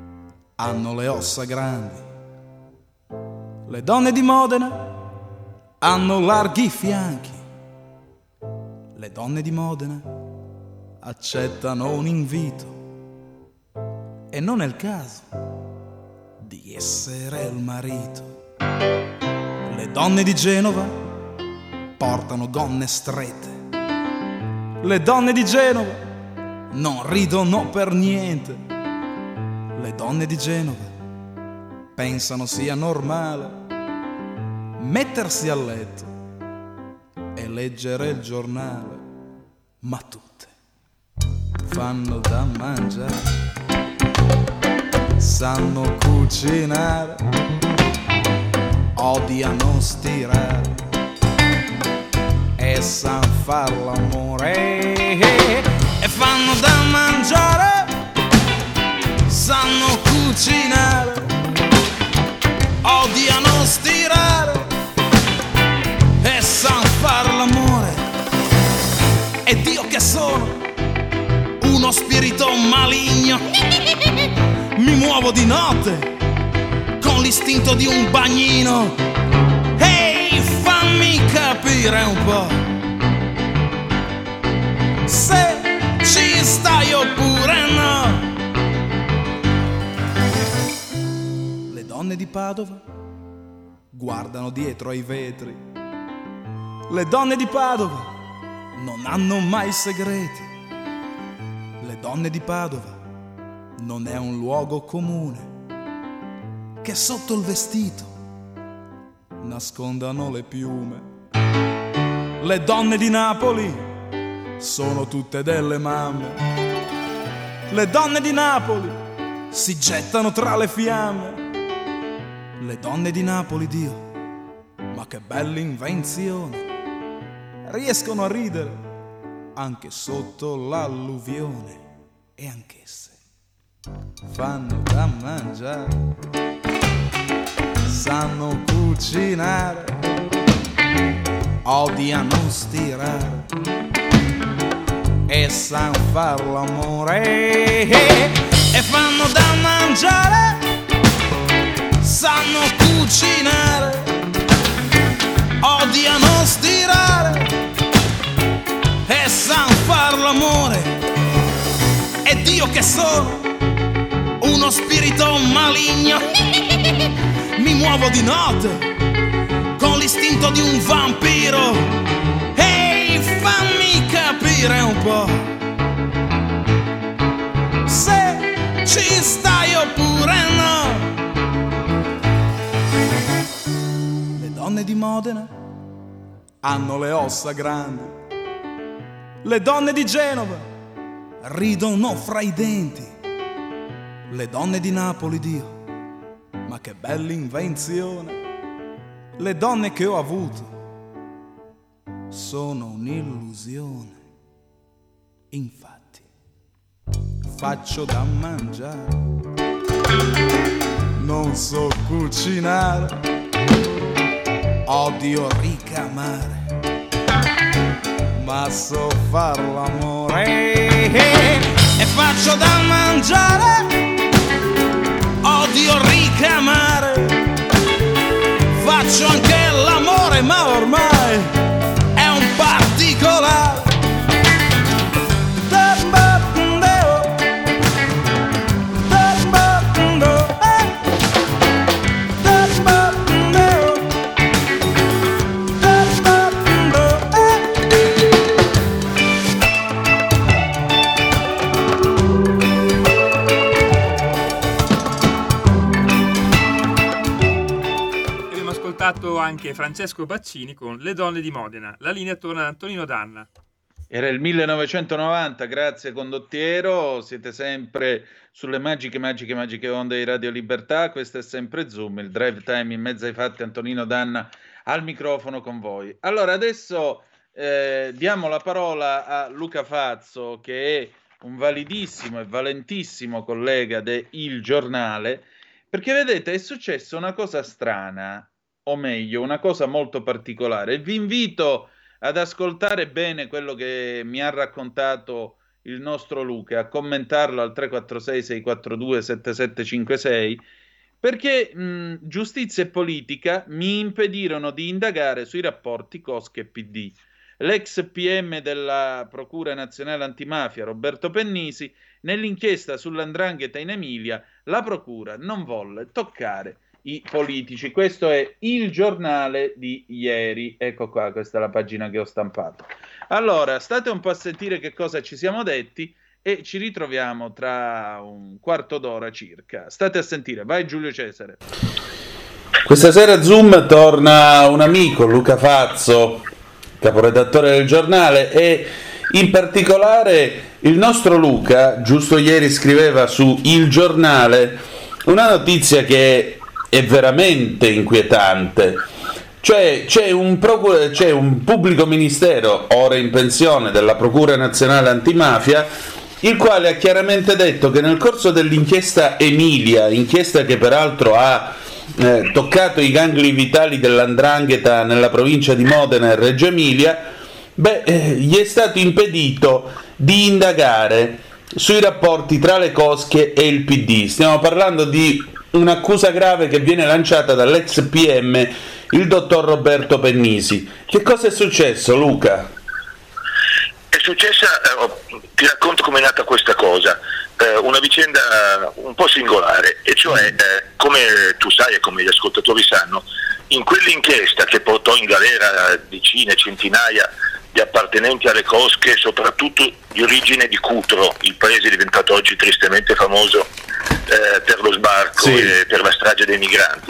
hanno le ossa grandi. Le donne di Modena hanno larghi fianchi. Le donne di Modena accettano un invito e non è il caso di essere il marito. Le donne di Genova portano gonne strette. Le donne di Genova non ridono per niente. Le donne di Genova pensano sia normale mettersi a letto e leggere il giornale, ma tutte fanno da mangiare, sanno cucinare, odiano stirare e san far l'amore, e fanno da mangiare, sanno cucinare, odiano stirare e san far l'amore. E Dio che sono uno spirito maligno, mi muovo di notte con l'istinto di un bagnino. Ehi, fammi capire un po' se ci stai oppure no. Le donne di Padova guardano dietro ai vetri. Le donne di Padova non hanno mai segreti. Le donne di Padova non è un luogo comune che sotto il vestito nascondano le piume. Le donne di Napoli sono tutte delle mamme. Le donne di Napoli si gettano tra le fiamme. Le donne di Napoli, Dio, ma che bella invenzione, riescono a ridere anche sotto l'alluvione. E anch'esse fanno da mangiare, sanno cucinare, odiano stirare e san far l'amore. E fanno da mangiare, sanno cucinare, odiano stirare e san far l'amore. E Dio che sono uno spirito maligno, mi muovo di notte con l'istinto di un vampiro. Ehi, fammi capire un po' se ci stai oppure no. Le donne di Modena hanno le ossa grandi. Le donne di Genova ridono fra i denti. Le donne di Napoli, Dio, ma che bella invenzione. Le donne che ho avuto sono un'illusione. Infatti faccio da mangiare, non so cucinare, odio ricamare, ma so far l'amore. E faccio da mangiare, odio ricamare, faccio anche l'amore, ma ormai è un particolare. Anche Francesco Baccini con Le donne di Modena. La linea torna ad Antonino Danna. Era il 1990, grazie condottiero, siete sempre sulle magiche onde di Radio Libertà, questo è sempre Zoom, il drive time in mezzo ai fatti, Antonino Danna al microfono con voi. Allora adesso diamo la parola a Luca Fazzo, che è un validissimo e valentissimo collega de Il Giornale, perché vedete è successa una cosa strana, o meglio, una cosa molto particolare. Vi invito ad ascoltare bene quello che mi ha raccontato il nostro Luca, a commentarlo al 346-642-7756, perché giustizia e politica mi impedirono di indagare sui rapporti Cosche e PD. L'ex PM della Procura Nazionale Antimafia, Roberto Pennisi, nell'inchiesta sull''ndrangheta in Emilia, la Procura non volle toccare i politici. Questo è Il Giornale di ieri. Ecco qua, questa è la pagina che ho stampato. Allora, state un po' a sentire che cosa ci siamo detti e ci ritroviamo tra un quarto d'ora circa. State a sentire, vai Giulio Cesare. Questa sera a Zoom torna un amico, Luca Fazzo, caporedattore del giornale, e in particolare il nostro Luca, giusto ieri scriveva su Il Giornale una notizia che è veramente inquietante. Cioè c'è un pubblico ministero, ora in pensione, della Procura Nazionale Antimafia, il quale ha chiaramente detto che nel corso dell'inchiesta Emilia, inchiesta che peraltro ha toccato i gangli vitali dell''ndrangheta nella provincia di Modena e Reggio Emilia, gli è stato impedito di indagare sui rapporti tra le cosche e il PD. Stiamo parlando di un'accusa grave che viene lanciata dall'ex PM, il dottor Roberto Pennisi. Che cosa è successo, Luca? È successa, ti racconto com'è nata questa cosa, una vicenda un po' singolare, e cioè, come tu sai e come gli ascoltatori sanno, in quell'inchiesta che portò in galera decine, centinaia di appartenenti alle cosche, soprattutto di origine di Cutro, il paese diventato oggi tristemente famoso per lo sbarco e per la strage dei migranti,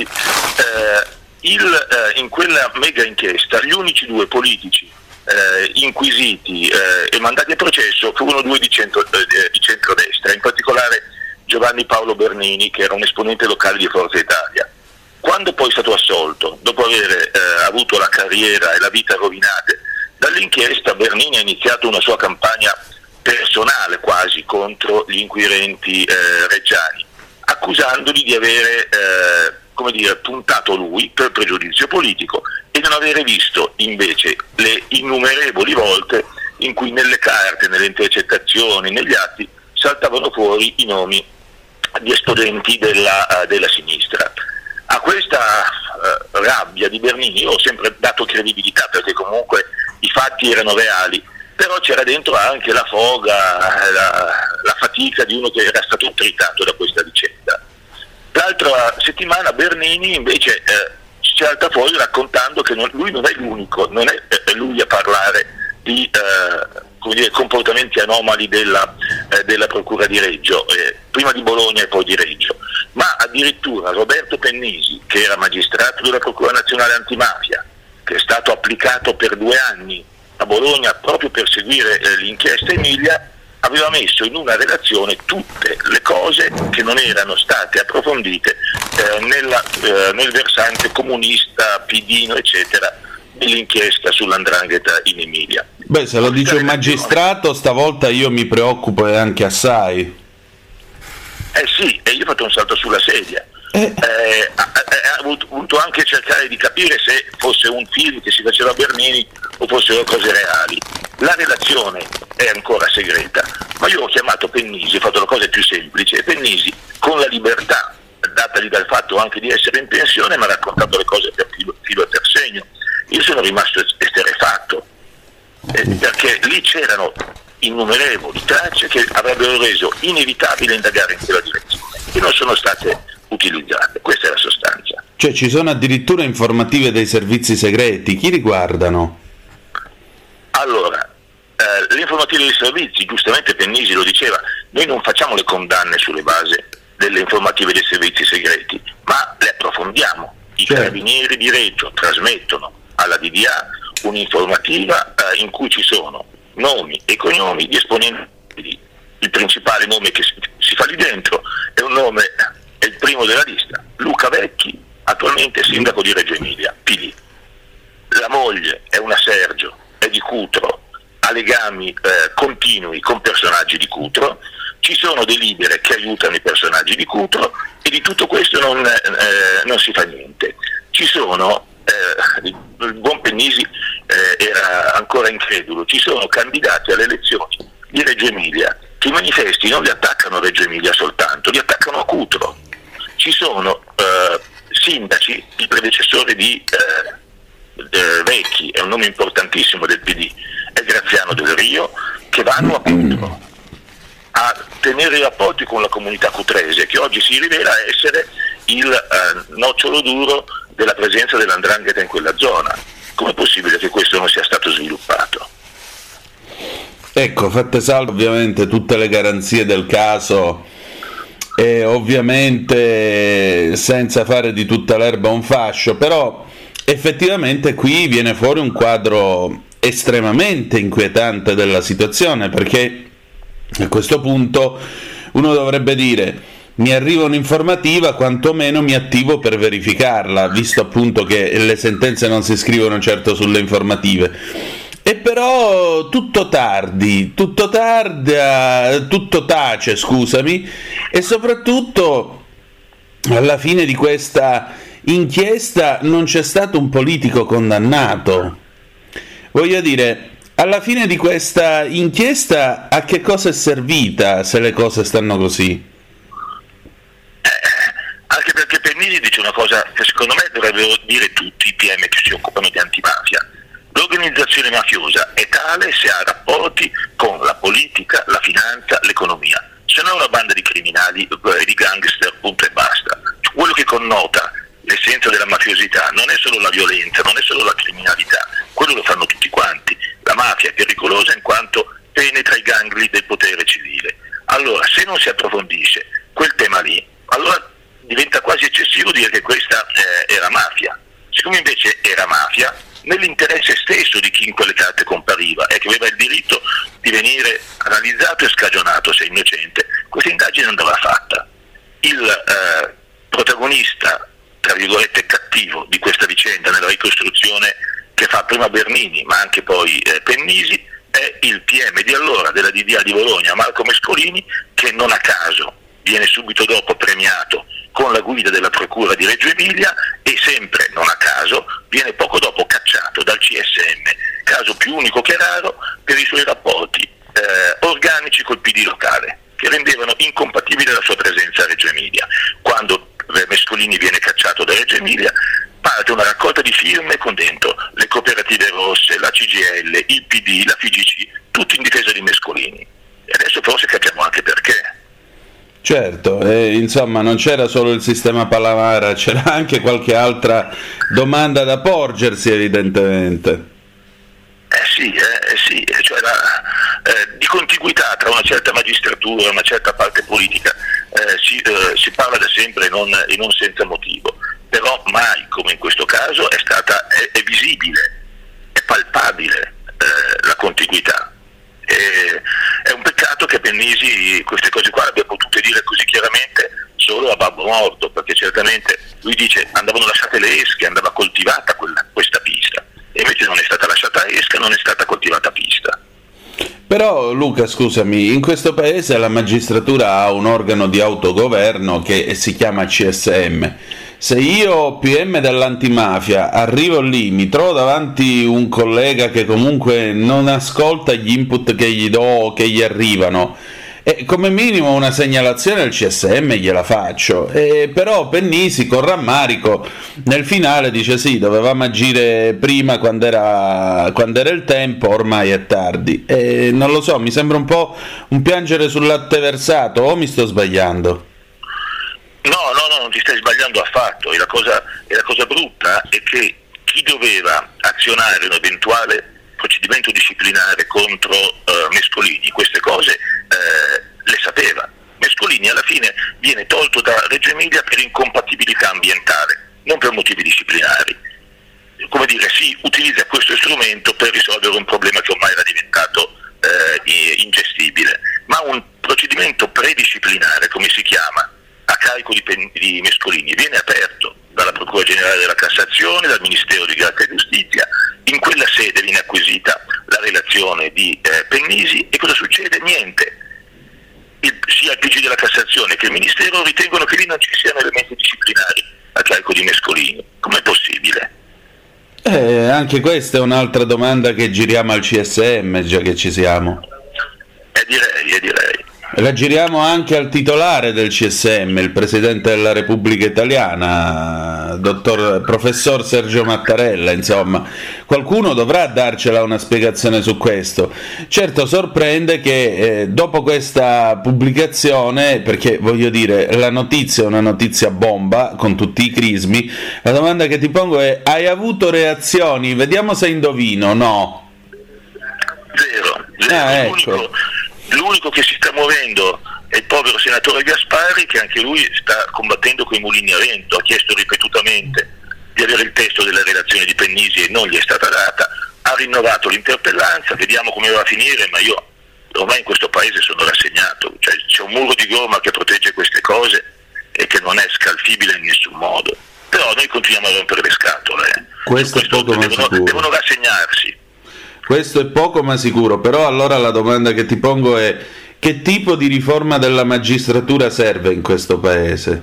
in quella mega inchiesta gli unici due politici inquisiti e mandati a processo furono due di centrodestra, in particolare Giovanni Paolo Bernini, che era un esponente locale di Forza Italia. Quando poi è stato assolto, dopo aver avuto la carriera e la vita rovinate dall'inchiesta, Bernini ha iniziato una sua campagna personale quasi contro gli inquirenti reggiani, accusandoli di avere puntato lui per pregiudizio politico e non avere visto invece le innumerevoli volte in cui nelle carte, nelle intercettazioni, negli atti saltavano fuori i nomi di esponenti della sinistra. A questa rabbia di Bernini io ho sempre dato credibilità, perché comunque i fatti erano reali, però c'era dentro anche la foga, la fatica di uno che era stato intritato da questa vicenda. L'altra settimana Bernini invece salta fuori raccontando che lui non è l'unico, non è lui a parlare di comportamenti anomali della Procura di Reggio, prima di Bologna e poi di Reggio, ma addirittura Roberto Pennisi, che era magistrato della Procura Nazionale Antimafia, che è stato applicato per 2 anni a Bologna proprio per seguire l'inchiesta Emilia, aveva messo in una relazione tutte le cose che non erano state approfondite nel versante comunista, pidino, eccetera, dell'inchiesta sull''ndrangheta in Emilia. Se lo dice un magistrato, stavolta io mi preoccupo e anche assai. Sì, e io ho fatto un salto sulla sedia. Ha voluto anche cercare di capire se fosse un film che si faceva a Bernini o fossero cose reali. La relazione è ancora segreta, ma io ho chiamato Pennisi, ho fatto la cosa più semplice, e Pennisi, con la libertà datagli dal fatto anche di essere in pensione, mi ha raccontato le cose per filo e per segno. Io sono rimasto esterrefatto, perché lì c'erano innumerevoli tracce che avrebbero reso inevitabile indagare in quella direzione, che non sono state utilizzate. Questa è la sostanza. Cioè ci sono addirittura informative dei servizi segreti, chi riguardano? Allora, le informative dei servizi, giustamente Pennisi lo diceva, noi non facciamo le condanne sulle basi delle informative dei servizi segreti, ma le approfondiamo. I carabinieri di Reggio trasmettono alla DDA un'informativa in cui ci sono nomi e cognomi di esponenti. Il principale nome che si fa lì dentro è un nome, è il primo della lista, Luca Vecchi, attualmente sindaco di Reggio Emilia, PD. La moglie è una Sergio, è di Cutro, ha legami continui con personaggi di Cutro, ci sono delibere che aiutano i personaggi di Cutro, e di tutto questo non si fa niente. Ci sono, il buon Pennisi era ancora incredulo, ci sono candidati alle elezioni di Reggio Emilia che i manifesti non li attaccano a Reggio Emilia soltanto, li attaccano a Cutro. Ci sono sindaci, il predecessore di Vecchi, è un nome importantissimo del PD, è Graziano Del Rio, che vanno appunto a tenere i rapporti con la comunità cutrese, che oggi si rivela essere il nocciolo duro della presenza dell''ndrangheta in quella zona. Com'è possibile che questo non sia stato sviluppato? Ecco, fatte salve ovviamente tutte le garanzie del caso e ovviamente senza fare di tutta l'erba un fascio, però effettivamente qui viene fuori un quadro estremamente inquietante della situazione, perché a questo punto uno dovrebbe dire: mi arriva un'informativa, quantomeno mi attivo per verificarla, visto appunto che le sentenze non si scrivono certo sulle informative. E però tutto tace, scusami, e soprattutto alla fine di questa inchiesta non c'è stato un politico condannato. Voglio dire, alla fine di questa inchiesta a che cosa è servita se le cose stanno così? Anche perché Pennini dice una cosa che secondo me dovrebbero dire tutti i PM che si occupano di antimafia: l'organizzazione mafiosa è tale se ha rapporti con la politica, la finanza, l'economia, se no è una banda di criminali, di gangster, punto e basta. Quello che connota l'essenza della mafiosità non è solo la violenza, non è solo la criminalità, quello lo fanno tutti quanti. La mafia è pericolosa in quanto penetra i gangli del potere civile. Allora, se non si approfondisce quel tema lì, allora diventa quasi eccessivo dire che questa era mafia. Siccome invece era mafia, nell'interesse stesso di chi in quelle carte compariva e che aveva il diritto di venire analizzato e scagionato se innocente, questa indagine andava fatta. Il protagonista, tra virgolette, cattivo di questa vicenda nella ricostruzione che fa prima Bernini ma anche poi Pennisi è il PM di allora della DDA di Bologna, Marco Mescolini, che non a caso viene subito dopo premiato con la guida della Procura di Reggio Emilia e sempre non a caso viene poco dopo cacciato dal CSM, caso più unico che raro per i suoi rapporti organici col PD locale, che rendevano incompatibile la sua presenza a Reggio Emilia. Quando Mescolini viene cacciato da Reggio Emilia, parte una raccolta di firme con dentro le cooperative rosse, la CGL, il PD, la FIGC, tutti in difesa di Mescolini. E adesso forse capiamo anche perché. Certo, insomma non c'era solo il sistema Palamara, c'era anche qualche altra domanda da porgersi evidentemente. Sì, cioè di contiguità tra una certa magistratura e una certa parte politica si parla da sempre e non senza motivo, però mai come in questo caso è visibile, è palpabile la contiguità. È un peccato che Pennisi queste cose qua abbia potute dire così chiaramente solo a babbo morto, perché certamente lui dice andavano lasciate le esche, andava coltivata questa pista, e invece non è stata lasciata esca, non è stata coltivata pista. Però Luca, scusami, in questo paese la magistratura ha un organo di autogoverno che si chiama CSM. Se io, PM dell'antimafia, arrivo lì, mi trovo davanti un collega che comunque non ascolta gli input che gli do o che gli arrivano, e come minimo una segnalazione al CSM gliela faccio. Però Pennisi con rammarico nel finale dice sì, dovevamo agire prima quando era il tempo, ormai è tardi. Non lo so, mi sembra un po' un piangere sul latte versato, o mi sto sbagliando? No, non ti stai sbagliando affatto, e la cosa brutta è che chi doveva azionare un eventuale procedimento disciplinare contro Mescolini queste cose le sapeva. Mescolini alla fine viene tolto da Reggio Emilia per incompatibilità ambientale, non per motivi disciplinari. Come dire, si utilizza questo strumento per risolvere un problema che ormai era diventato ingestibile, ma un procedimento predisciplinare, come si chiama, a carico di Mescolini viene aperto dalla Procura Generale della Cassazione, dal Ministero di Grazia e Giustizia. In quella sede viene acquisita la relazione di Pennisi e cosa succede? Niente. Sia il PG della Cassazione che il Ministero ritengono che lì non ci siano elementi disciplinari a carico di Mescolini. Com'è possibile? Anche questa è un'altra domanda che giriamo al CSM, già che ci siamo. Direi. La giriamo anche al titolare del CSM, il Presidente della Repubblica Italiana. professor Sergio Mattarella, insomma, qualcuno dovrà darcela una spiegazione su questo. Certo, sorprende che dopo questa pubblicazione, perché voglio dire, la notizia è una notizia bomba con tutti i crismi, la domanda che ti pongo è: hai avuto reazioni? Vediamo se indovino. No. Zero. Ecco. L'unico che si sta muovendo è il povero senatore Gasparri, che anche lui sta combattendo coi mulini a vento. Ha chiesto ripetutamente di avere il testo della relazione di Pennisi e non gli è stata data. Ha rinnovato l'interpellanza, vediamo come va a finire, ma io ormai in questo paese sono rassegnato. Cioè, c'è un muro di gomma che protegge queste cose e che non è scalfibile in nessun modo. Però noi continuiamo a rompere le scatole. Questo è poco ma sicuro. Devono rassegnarsi. Questo è poco ma sicuro, però allora la domanda che ti pongo è: che tipo di riforma della magistratura serve in questo paese?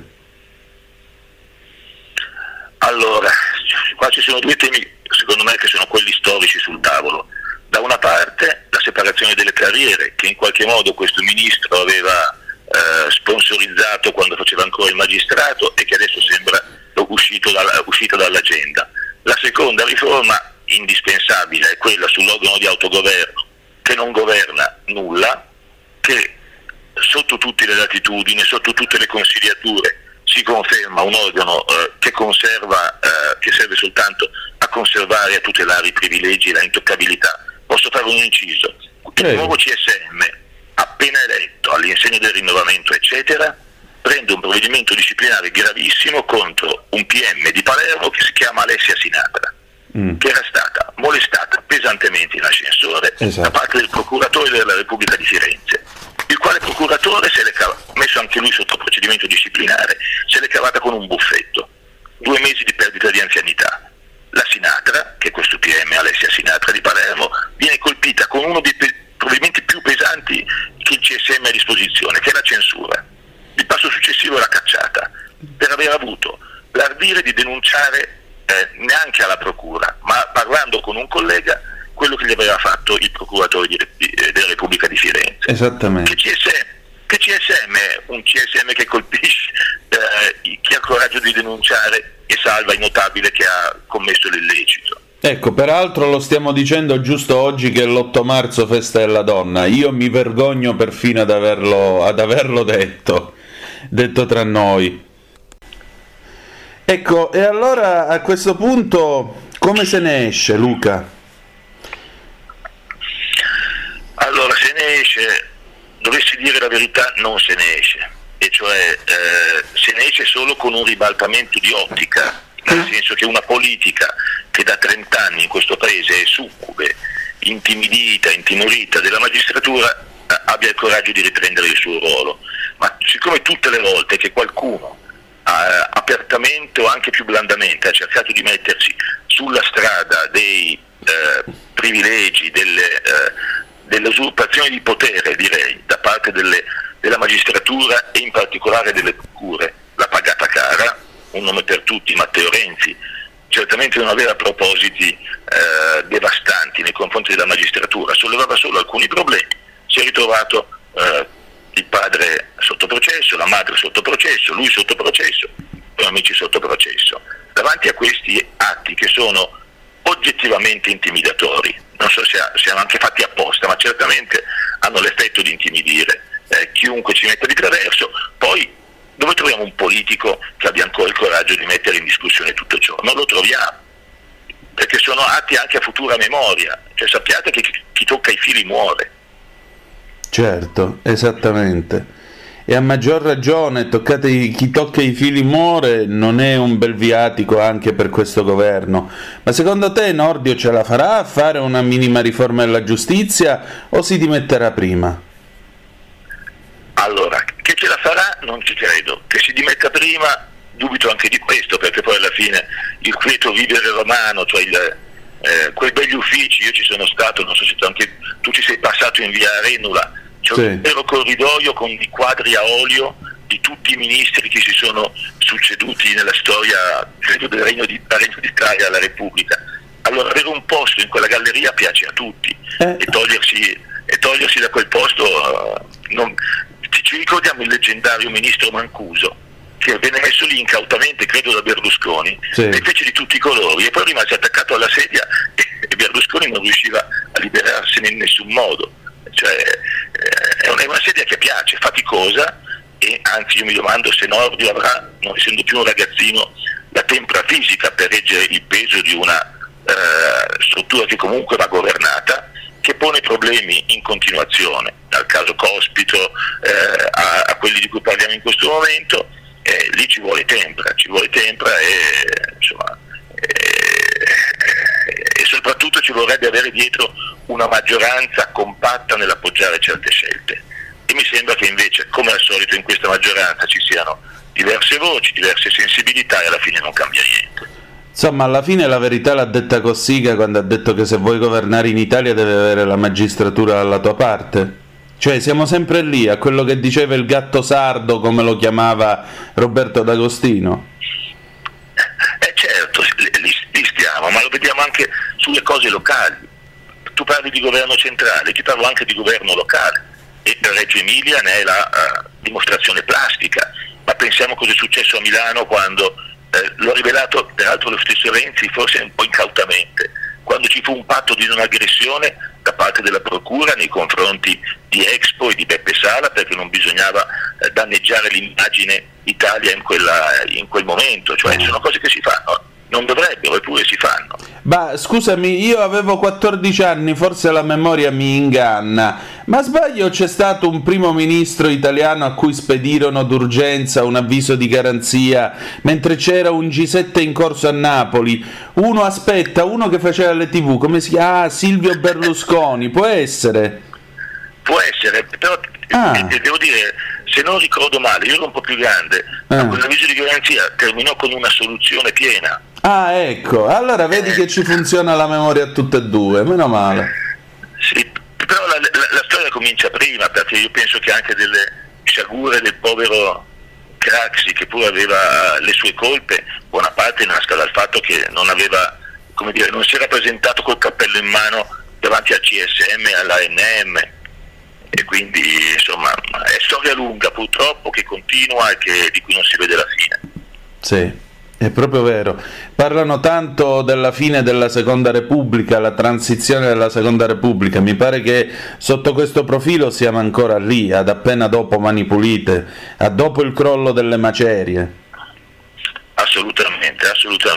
Allora, qua ci sono due temi, secondo me, che sono quelli storici sul tavolo. Da una parte la separazione delle carriere, che in qualche modo questo ministro aveva sponsorizzato quando faceva ancora il magistrato e che adesso sembra uscita dall'agenda. La seconda riforma indispensabile è quella sull'organo di autogoverno, che non governa nulla, che sotto tutte le latitudini, sotto tutte le consigliature si conferma un organo che conserva, che serve soltanto a conservare e a tutelare i privilegi e la intoccabilità. Posso fare un inciso: il nuovo CSM, appena eletto all'insegna del rinnovamento eccetera, prende un provvedimento disciplinare gravissimo contro un PM di Palermo che si chiama Alessia Sinatra, che era stata molestata pesantemente in ascensore da parte del procuratore della Repubblica di Firenze, il quale procuratore messo anche lui sotto procedimento disciplinare, se l'è cavata con un buffetto, 2 mesi di perdita di anzianità. La Sinatra, che è questo PM Alessia Sinatra di Palermo, viene colpita con uno dei provvedimenti più pesanti che il CSM ha a disposizione, che è la censura. Il passo successivo è la cacciata, per aver avuto l'ardire di denunciare neanche alla procura, ma parlando con un collega, quello che gli aveva fatto il procuratore della Repubblica di Firenze. Esattamente. Che CSM è un CSM che colpisce chi ha il coraggio di denunciare e salva il notabile che ha commesso l'illecito. Ecco, peraltro lo stiamo dicendo giusto oggi che è l'8 marzo, festa della donna. Io mi vergogno perfino ad averlo detto tra noi. Ecco, e allora a questo punto come se ne esce, Luca? Allora, se ne esce, dovessi dire la verità, non se ne esce, e cioè se ne esce solo con un ribaltamento di ottica, nel senso che una politica che da 30 anni in questo paese è succube, intimidita, intimorita della magistratura, abbia il coraggio di riprendere il suo ruolo. Ma siccome tutte le volte che qualcuno apertamente o anche più blandamente ha cercato di mettersi sulla strada dei privilegi, dell'usurpazione di potere, direi, da parte della magistratura e in particolare delle procure, l'ha pagata cara. Un nome per tutti, Matteo Renzi, certamente non aveva propositi devastanti nei confronti della magistratura, sollevava solo alcuni problemi. Si è ritrovato il padre sotto processo, la madre sotto processo, lui sotto processo, poi amici sotto processo. Davanti a questi atti che sono oggettivamente intimidatori, non so se siano anche fatti apposta, ma certamente hanno l'effetto di intimidire chiunque ci metta di traverso. Poi dove troviamo un politico che abbia ancora il coraggio di mettere in discussione tutto ciò? Non lo troviamo, perché sono atti anche a futura memoria, cioè sappiate che chi tocca i fili muore. Certo, esattamente. E a maggior ragione chi tocca i fili muore non è un bel viatico anche per questo governo. Ma secondo te Nordio ce la farà a fare una minima riforma della giustizia o si dimetterà prima? Allora, che ce la farà non ci credo, che si dimetta prima dubito anche di questo, perché poi alla fine il quieto vivere romano, cioè quei begli uffici, io ci sono stato, non so se anche tu ci sei passato in via Arenula, c'è un vero corridoio con i quadri a olio di tutti i ministri che si sono succeduti nella storia, credo, del Regno d'Italia alla Repubblica. Allora avere un posto in quella galleria piace a tutti e togliersi da quel posto ci ricordiamo il leggendario ministro Mancuso, che venne messo lì incautamente, credo da Berlusconi, Sì. ne fece di tutti i colori e poi rimase attaccato alla sedia e Berlusconi non riusciva a liberarsene in nessun modo. Cioè, è una sedia che piace, faticosa, e anzi io mi domando se Nordio avrà, non essendo più un ragazzino, la tempra fisica per reggere il peso di una struttura che comunque va governata, che pone problemi in continuazione, dal caso Cospito a quelli di cui parliamo in questo momento. Lì ci vuole tempra e insomma e soprattutto ci vorrebbe avere dietro una maggioranza compatta nell'appoggiare certe scelte, e mi sembra che invece, come al solito in questa maggioranza, ci siano diverse voci, diverse sensibilità e alla fine non cambia niente. Insomma, alla fine la verità l'ha detta Cossiga quando ha detto che se vuoi governare in Italia devi avere la magistratura dalla tua parte. Cioè, siamo sempre lì, a quello che diceva il gatto sardo, come lo chiamava Roberto D'Agostino. Certo, lì stiamo, ma lo vediamo anche sulle cose locali. Tu parli di governo centrale, ti parlo anche di governo locale, e Reggio Emilia ne è la dimostrazione plastica. Ma pensiamo cosa è successo a Milano quando l'ho rivelato peraltro lo stesso Renzi, forse un po' incautamente, quando ci fu un patto di non aggressione da parte della Procura nei confronti di Expo e di Beppe Sala, perché non bisognava danneggiare l'immagine Italia in quel momento. Cioè sono cose che si fanno, non dovrebbero, eppure si fanno. Ma scusami, io avevo 14 anni, forse la memoria mi inganna, ma sbaglio, c'è stato un primo ministro italiano a cui spedirono d'urgenza un avviso di garanzia mentre c'era un G7 in corso a Napoli? Uno che faceva le TV, come si chiama? Ah, Silvio Berlusconi, può essere? Può essere, però devo dire, se non ricordo male, io ero un po' più grande, ma quell'avviso di garanzia terminò con una soluzione piena. Ah, ecco, allora vedi che ci funziona la memoria a tutte e due, meno male. Sì, però la storia comincia prima, perché io penso che anche delle sciagure del povero Craxi, che pure aveva le sue colpe, buona parte nasca dal fatto che non aveva, come dire, non si era presentato col cappello in mano davanti al CSM e all'ANM, e quindi insomma è storia lunga purtroppo, che continua e di cui non si vede la fine. Sì. È proprio vero. Parlano tanto della fine della Seconda Repubblica, la transizione della Seconda Repubblica. Mi pare che sotto questo profilo siamo ancora lì, ad appena dopo Mani Pulite, a dopo il crollo delle macerie. Assolutamente.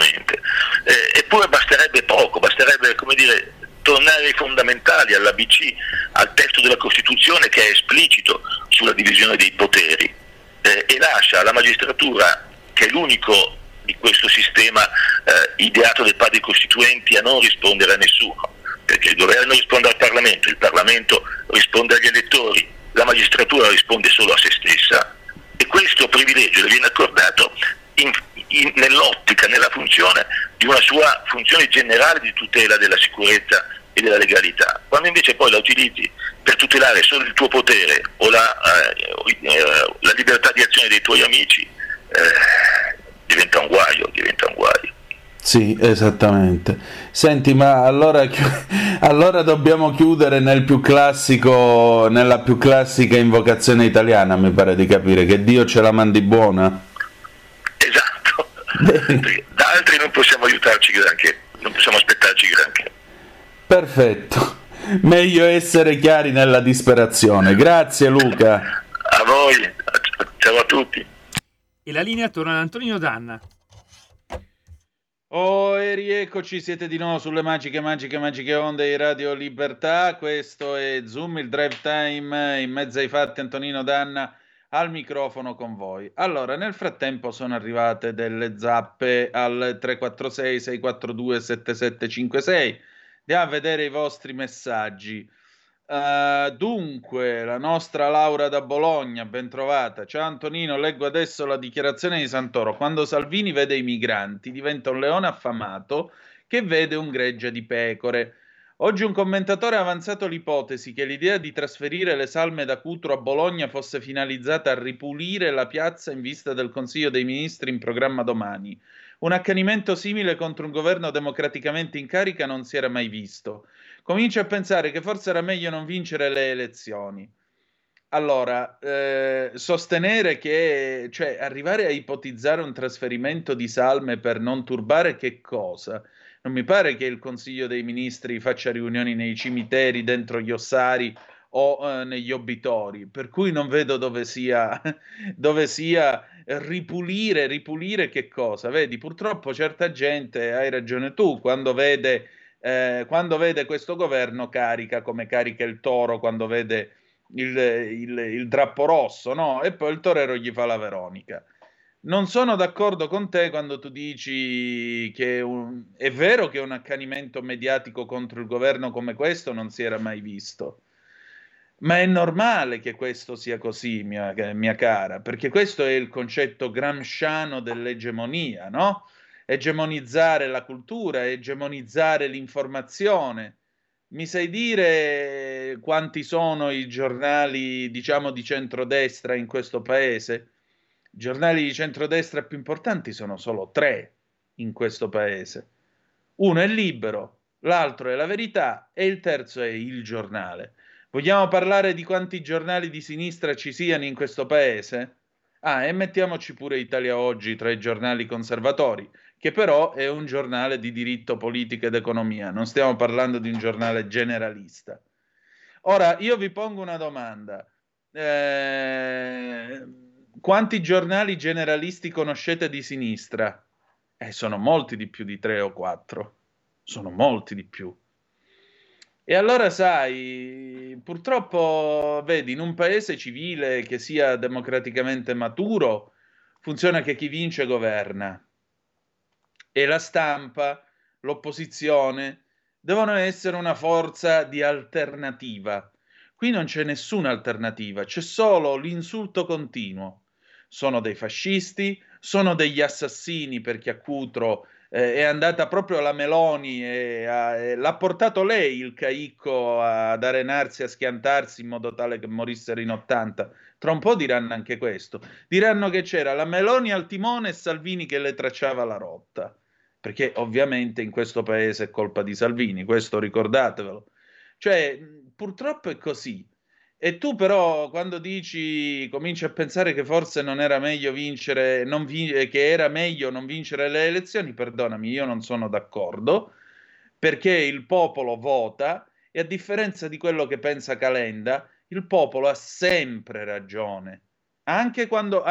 Eppure basterebbe poco, basterebbe, come dire, tornare ai fondamentali, all'ABC, al testo della Costituzione che è esplicito sulla divisione dei poteri, e lascia alla magistratura, che è l'unico di questo sistema ideato dai padri costituenti, a non rispondere a nessuno, perché il governo risponde al Parlamento, il Parlamento risponde agli elettori, la magistratura risponde solo a se stessa, e questo privilegio le viene accordato nell'ottica, nella funzione di una sua funzione generale di tutela della sicurezza e della legalità, quando invece poi la utilizzi per tutelare solo il tuo potere o la libertà di azione dei tuoi amici, diventa un guaio. Sì, esattamente. Senti, ma allora dobbiamo chiudere nella più classica invocazione italiana, mi pare di capire, che Dio ce la mandi buona. Esatto. Da altri non possiamo aiutarci granché, non possiamo aspettarci granché. Perfetto. Meglio essere chiari nella disperazione. Grazie Luca. A voi, ciao a tutti. E la linea torna ad Antonino Danna. E rieccoci, siete di nuovo sulle magiche onde di Radio Libertà. Questo è Zoom, il drive time in mezzo ai fatti. Antonino Danna al microfono con voi. Allora, nel frattempo sono arrivate delle zappe al 346 642 7756. Andiamo a vedere i vostri messaggi. Dunque, la nostra Laura da Bologna, ben trovata. Ciao Antonino, leggo adesso la dichiarazione di Santoro. Quando Salvini vede i migranti diventa un leone affamato che vede un gregge di pecore. Oggi un commentatore ha avanzato l'ipotesi che l'idea di trasferire le salme da Cutro a Bologna fosse finalizzata a ripulire la piazza in vista del Consiglio dei Ministri in programma domani. Un accanimento simile contro un governo democraticamente in carica non si era mai visto. Comincio a pensare che forse era meglio non vincere le elezioni. Allora, sostenere che, cioè, arrivare a ipotizzare un trasferimento di salme per non turbare che cosa? Non mi pare che il Consiglio dei Ministri faccia riunioni nei cimiteri, dentro gli ossari o negli obitori, per cui non vedo dove sia ripulire che cosa. Vedi, purtroppo certa gente, hai ragione tu, quando vede questo governo carica come carica il toro quando vede il drappo rosso, no? E poi il torero gli fa la Veronica. Non sono d'accordo con te quando tu dici che è vero che un accanimento mediatico contro il governo come questo non si era mai visto. Ma è normale che questo sia così, mia cara, perché questo è il concetto gramsciano dell'egemonia, no? Egemonizzare la cultura, egemonizzare l'informazione. Mi sai dire quanti sono i giornali, diciamo, di centrodestra in questo paese? I giornali di centrodestra più importanti sono solo 3 in questo paese. Uno è Libero, l'altro è La Verità e il terzo è Il Giornale. Vogliamo parlare di quanti giornali di sinistra ci siano in questo paese? Ah, e mettiamoci pure Italia Oggi tra i giornali conservatori, che però è un giornale di diritto, politica ed economia. Non stiamo parlando di un giornale generalista. Ora, io vi pongo una domanda. Quanti giornali generalisti conoscete di sinistra? Sono molti di più di 3 o 4. Sono molti di più. E allora, sai, purtroppo, vedi, in un paese civile che sia democraticamente maturo, funziona che chi vince governa. E la stampa, l'opposizione, devono essere una forza di alternativa. Qui non c'è nessuna alternativa, c'è solo l'insulto continuo. Sono dei fascisti, sono degli assassini perché a Cutro è andata proprio la Meloni e l'ha portato lei il caicco ad arenarsi, a schiantarsi in modo tale che morissero in 80. Tra un po' diranno anche questo. Diranno che c'era la Meloni al timone e Salvini che le tracciava la rotta. Perché ovviamente in questo paese è colpa di Salvini, questo ricordatevelo. Cioè, purtroppo è così. E tu però quando cominci a pensare che forse non era meglio vincere, che era meglio non vincere le elezioni, perdonami, io non sono d'accordo, perché il popolo vota e a differenza di quello che pensa Calenda, il popolo ha sempre ragione, anche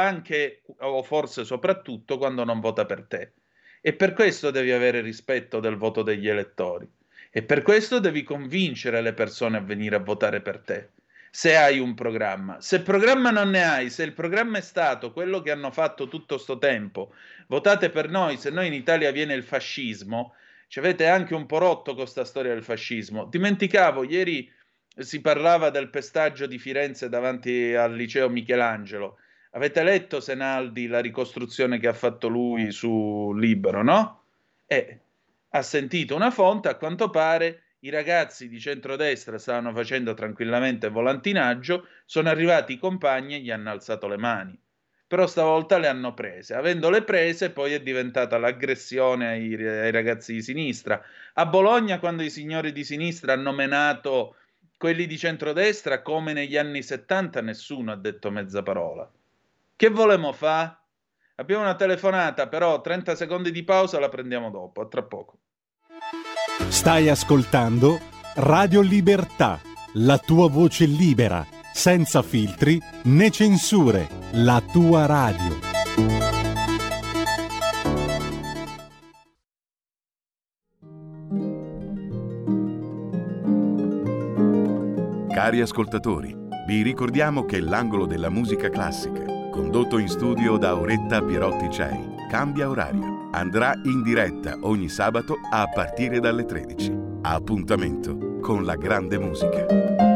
o forse soprattutto quando non vota per te. E per questo devi avere rispetto del voto degli elettori. E per questo devi convincere le persone a venire a votare per te. Se hai un programma. Se programma non ne hai, se il programma è stato quello che hanno fatto tutto sto tempo, votate per noi, se noi in Italia viene il fascismo, ci avete anche un po' rotto con sta storia del fascismo. Dimenticavo, ieri si parlava del pestaggio di Firenze davanti al liceo Michelangelo. Avete letto Senaldi, la ricostruzione che ha fatto lui su Libero, no? Ha sentito una fonte, a quanto pare i ragazzi di centrodestra stavano facendo tranquillamente volantinaggio, sono arrivati i compagni e gli hanno alzato le mani. Però stavolta le hanno prese. Avendole prese poi è diventata l'aggressione ai ragazzi di sinistra. A Bologna, quando i signori di sinistra hanno menato quelli di centrodestra, come negli anni 70, nessuno ha detto mezza parola. Che volemo fa? Abbiamo una telefonata, però 30 secondi di pausa la prendiamo dopo, a tra poco. Stai ascoltando Radio Libertà, la tua voce libera, senza filtri né censure, la tua radio. Cari ascoltatori, vi ricordiamo che l'angolo della musica classica, condotto in studio da Auretta Pierotti Cei, cambia orario. Andrà in diretta ogni sabato a partire dalle 13. Appuntamento con la grande musica.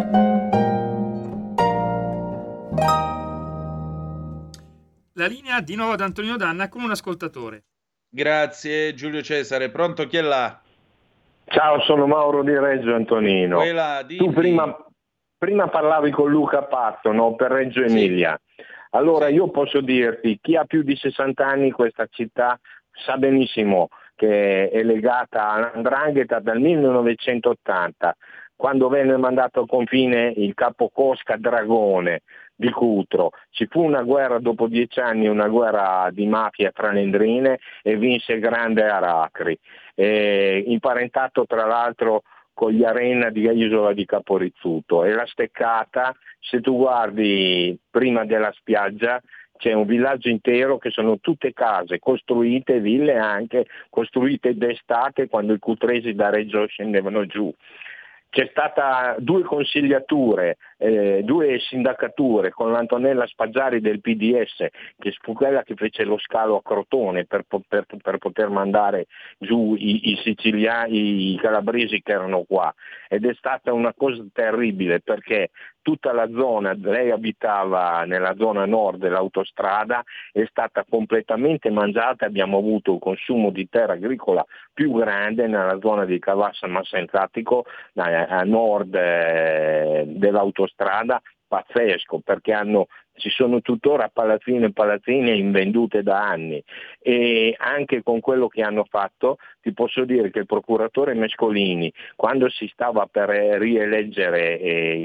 La linea di nuovo ad Antonino Danna con un ascoltatore. Grazie Giulio Cesare. Pronto, chi è là? Ciao, sono Mauro di Reggio, Antonino. Tu prima parlavi con Luca Patto, no, per Reggio Emilia. Allora io posso dirti, chi ha più di 60 anni in questa città sa benissimo che è legata all''ndrangheta dal 1980, quando venne mandato al confine il capo Cosca Dragone di Cutro, ci fu una guerra dopo 10 anni, una guerra di mafia tra Lendrine, e vinse il grande Aracri, imparentato tra l'altro con gli Arena di Isola di Caporizzuto. E la Steccata, se tu guardi prima della spiaggia, c'è un villaggio intero che sono tutte case costruite, ville anche costruite d'estate quando i cutresi da Reggio scendevano giù. C'è stata 2 consigliature, 2 sindacature con l'Antonella Spaggiari del PDS, che fu quella che fece lo scalo a Crotone per poter mandare giù i siciliani, i calabresi che erano qua. Ed è stata una cosa terribile, perché tutta la zona, lei abitava nella zona nord dell'autostrada, è stata completamente mangiata. Abbiamo avuto un consumo di terra agricola più grande nella zona di Cavassa Massenzatico, a nord dell'autostrada, pazzesco, perché ci sono tuttora palazzine e palazzine invendute da anni. E anche con quello che hanno fatto ti posso dire che il procuratore Mescolini, quando si stava per rieleggere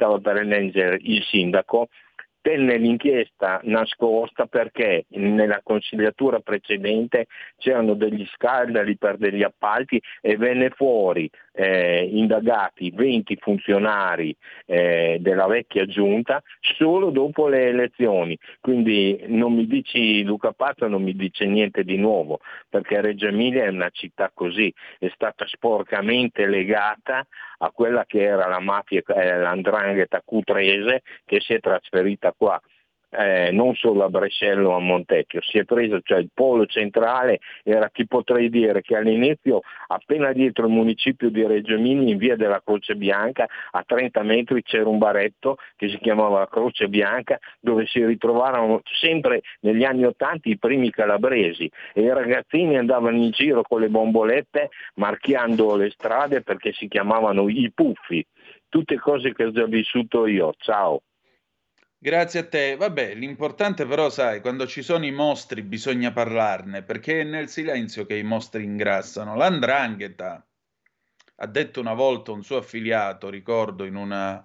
il sindaco, tenne l'inchiesta nascosta perché nella consigliatura precedente c'erano degli scandali per degli appalti e venne fuori indagati 20 funzionari della vecchia giunta solo dopo le elezioni. Quindi non mi dici, Luca Pazzo non mi dice niente di nuovo, perché Reggio Emilia è una città così, è stata sporcamente legata a quella che era la mafia, l''ndrangheta cutrese, che si è trasferita qua, non solo a Brescello o a Montecchio, si è preso, cioè il polo centrale era, ti potrei dire che all'inizio appena dietro il municipio di Reggio Emilia, in via della Croce Bianca, a 30 metri c'era un baretto che si chiamava la Croce Bianca, dove si ritrovarono sempre negli anni '80 i primi calabresi, e i ragazzini andavano in giro con le bombolette marchiando le strade perché si chiamavano i puffi. Tutte cose che ho già vissuto io. Ciao. Grazie a te. Vabbè, l'importante però, sai, quando ci sono i mostri bisogna parlarne, perché è nel silenzio che i mostri ingrassano. L''ndrangheta, ha detto una volta un suo affiliato, ricordo, in un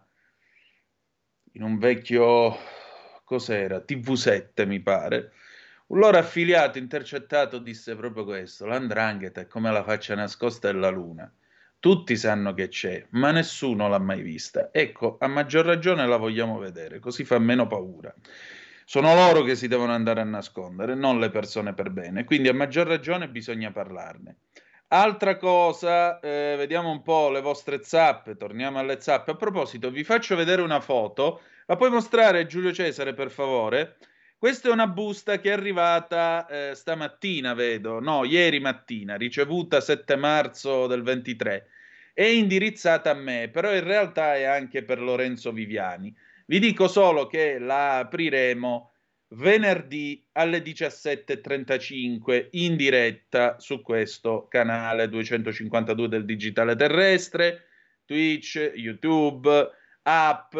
vecchio, cos'era, TV7 mi pare, un loro affiliato intercettato disse proprio questo: l''ndrangheta è come la faccia nascosta della luna. Tutti sanno che c'è, ma nessuno l'ha mai vista. Ecco, a maggior ragione la vogliamo vedere, così fa meno paura. Sono loro che si devono andare a nascondere, non le persone per bene. Quindi a maggior ragione bisogna parlarne. Altra cosa, vediamo un po' le vostre zappe, torniamo alle zappe. A proposito, vi faccio vedere una foto. La puoi mostrare, Giulio Cesare, per favore? Questa è una busta che è arrivata stamattina, vedo, no, ieri mattina, ricevuta 7 marzo del 23. È indirizzata a me, però in realtà è anche per Lorenzo Viviani. Vi dico solo che la apriremo venerdì alle 17:35 in diretta su questo canale 252 del Digitale Terrestre, Twitch, YouTube, app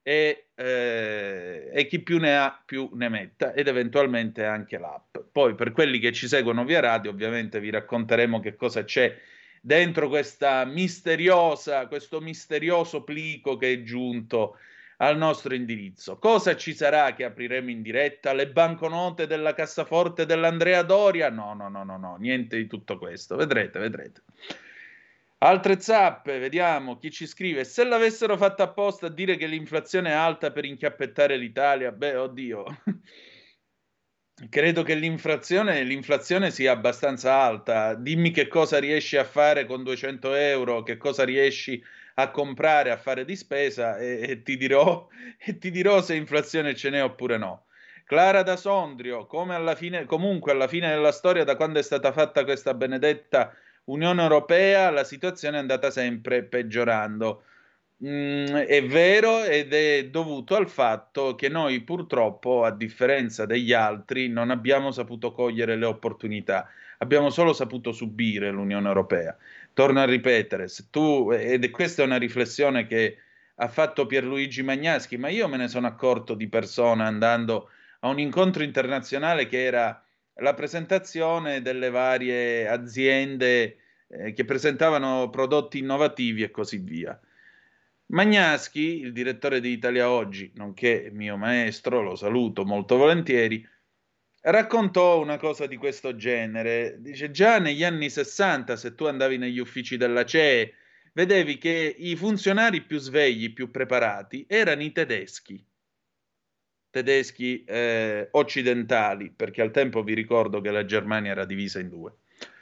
e chi più ne ha più ne metta, ed eventualmente anche l'app. Poi per quelli che ci seguono via radio, ovviamente vi racconteremo che cosa c'è dentro questo misterioso plico che è giunto al nostro indirizzo. Cosa ci sarà che apriremo in diretta? Le banconote della cassaforte dell'Andrea Doria? No, niente di tutto questo. Vedrete. Altre zappe, vediamo chi ci scrive. Se l'avessero fatta apposta a dire che l'inflazione è alta per inchiappettare l'Italia, beh, oddio. Credo che l'inflazione sia abbastanza alta. Dimmi che cosa riesci a fare con 200 euro, che cosa riesci a comprare, a fare di spesa, e ti dirò se inflazione ce n'è oppure no. Clara da Sondrio, comunque alla fine della storia, da quando è stata fatta questa benedetta Unione Europea, la situazione è andata sempre peggiorando. È vero, ed è dovuto al fatto che noi purtroppo, a differenza degli altri, non abbiamo saputo cogliere le opportunità, abbiamo solo saputo subire l'Unione Europea. Torno a ripetere, ed questa è una riflessione che ha fatto Pierluigi Magnaschi, ma io me ne sono accorto di persona andando a un incontro internazionale che era la presentazione delle varie aziende che presentavano prodotti innovativi e così via. Magnaschi, il direttore di Italia Oggi, nonché mio maestro, lo saluto molto volentieri, raccontò una cosa di questo genere. Dice, già negli anni 60, se tu andavi negli uffici della CEE, vedevi che i funzionari più svegli, più preparati, erano i tedeschi occidentali, perché al tempo vi ricordo che la Germania era divisa in due.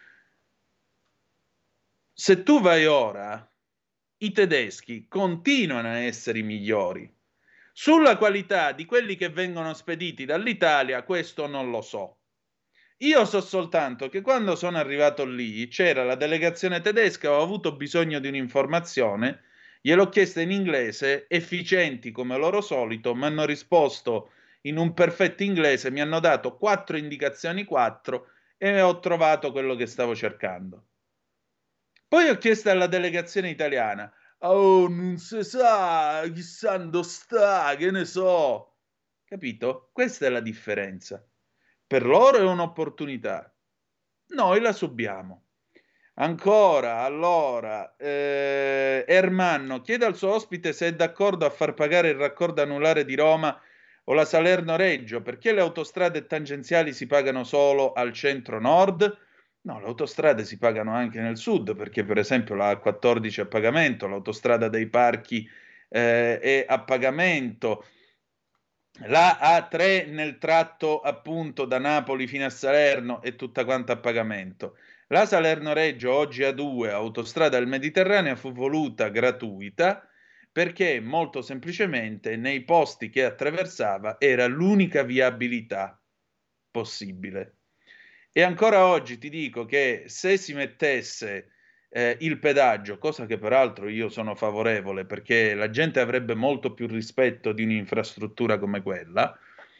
Se tu vai ora, i tedeschi continuano a essere i migliori. Sulla qualità di quelli che vengono spediti dall'Italia, questo non lo so. Io so soltanto che quando sono arrivato lì c'era la delegazione tedesca, ho avuto bisogno di un'informazione, gliel'ho chiesta in inglese, efficienti come loro solito, mi hanno risposto in un perfetto inglese, mi hanno dato 4 indicazioni, 4, e ho trovato quello che stavo cercando. Poi ho chiesto alla delegazione italiana, oh, non si sa, chissà dove sta, che ne so. Capito? Questa è la differenza. Per loro è un'opportunità. Noi la subiamo. Ancora, allora, Ermanno chiede al suo ospite se è d'accordo a far pagare il raccordo anulare di Roma o la Salerno-Reggio, perché le autostrade tangenziali si pagano solo al centro-nord? No, le autostrade si pagano anche nel sud, perché per esempio la A14 è a pagamento, l'autostrada dei parchi è a pagamento, la A3 nel tratto appunto da Napoli fino a Salerno è tutta quanta a pagamento. La Salerno-Reggio, oggi A2, autostrada del Mediterraneo, fu voluta gratuita perché molto semplicemente nei posti che attraversava era l'unica viabilità possibile. E ancora oggi ti dico che se si mettesse il pedaggio, cosa che peraltro io sono favorevole perché la gente avrebbe molto più rispetto di un'infrastruttura come quella,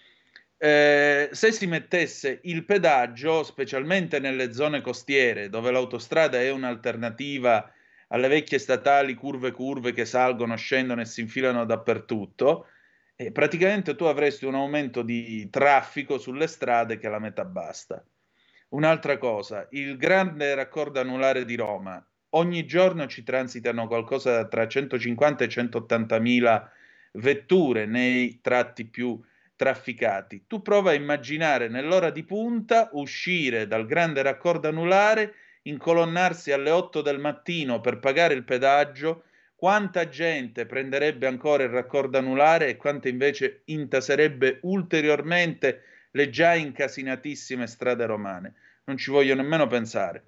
se si mettesse il pedaggio, specialmente nelle zone costiere dove l'autostrada è un'alternativa alle vecchie statali curve che salgono, scendono e si infilano dappertutto, praticamente tu avresti un aumento di traffico sulle strade che la metà basta. Un'altra cosa, il grande raccordo anulare di Roma, ogni giorno ci transitano qualcosa tra 150 e 180 mila vetture nei tratti più trafficati. Tu prova a immaginare nell'ora di punta uscire dal grande raccordo anulare, incolonnarsi alle 8 del mattino per pagare il pedaggio, quanta gente prenderebbe ancora il raccordo anulare e quanta invece intaserebbe ulteriormente le già incasinatissime strade romane. Non ci voglio nemmeno pensare.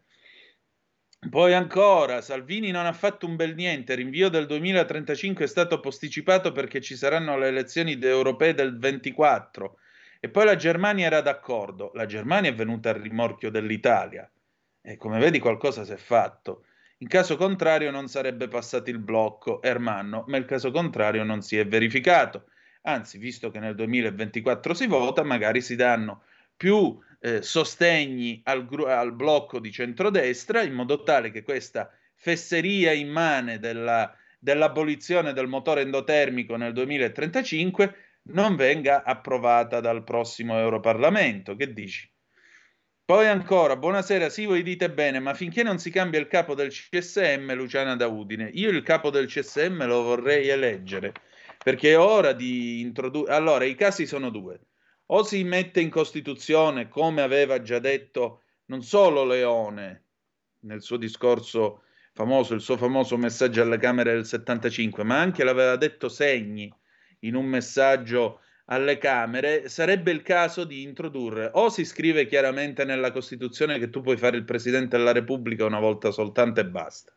Poi ancora, Salvini non ha fatto un bel niente, rinvio del 2035 è stato posticipato perché ci saranno le elezioni europee del 24 e poi la Germania era d'accordo. La Germania è venuta al rimorchio dell'Italia e come vedi qualcosa si è fatto. In caso contrario non sarebbe passato il blocco, Ermanno, ma il caso contrario non si è verificato. Anzi, visto che nel 2024 si vota, magari si danno più sostegni al blocco di centrodestra in modo tale che questa fesseria immane dell'abolizione del motore endotermico nel 2035 non venga approvata dal prossimo Europarlamento. Che dici? Poi ancora, buonasera, sì, voi dite bene, ma finché non si cambia il capo del CSM, Luciana da Udine, io il capo del CSM lo vorrei eleggere, perché è ora di introdurre. Allora, i casi sono due. O si mette in Costituzione, come aveva già detto non solo Leone nel suo discorso famoso, il suo famoso messaggio alle Camere del 75, ma anche l'aveva detto Segni in un messaggio alle Camere, sarebbe il caso di introdurre, o si scrive chiaramente nella Costituzione che tu puoi fare il Presidente della Repubblica una volta soltanto e basta.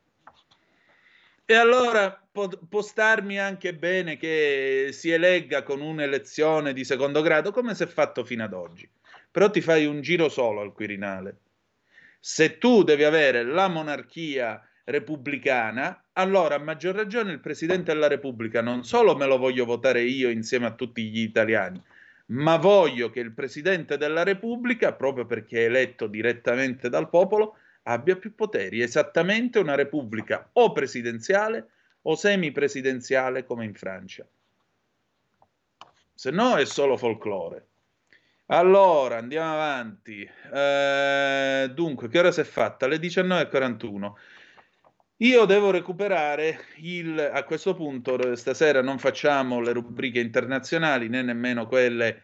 E allora può starmi anche bene che si elegga con un'elezione di secondo grado, come si è fatto fino ad oggi. Però ti fai un giro solo al Quirinale. Se tu devi avere la monarchia repubblicana, allora a maggior ragione il Presidente della Repubblica non solo me lo voglio votare io insieme a tutti gli italiani, ma voglio che il Presidente della Repubblica, proprio perché è eletto direttamente dal popolo, abbia più poteri, esattamente una repubblica o presidenziale o semipresidenziale come in Francia. Se no è solo folklore. Allora, andiamo avanti. Dunque, che ora si è fatta? Le 19:41. Io devo recuperare a questo punto, stasera non facciamo le rubriche internazionali né nemmeno quelle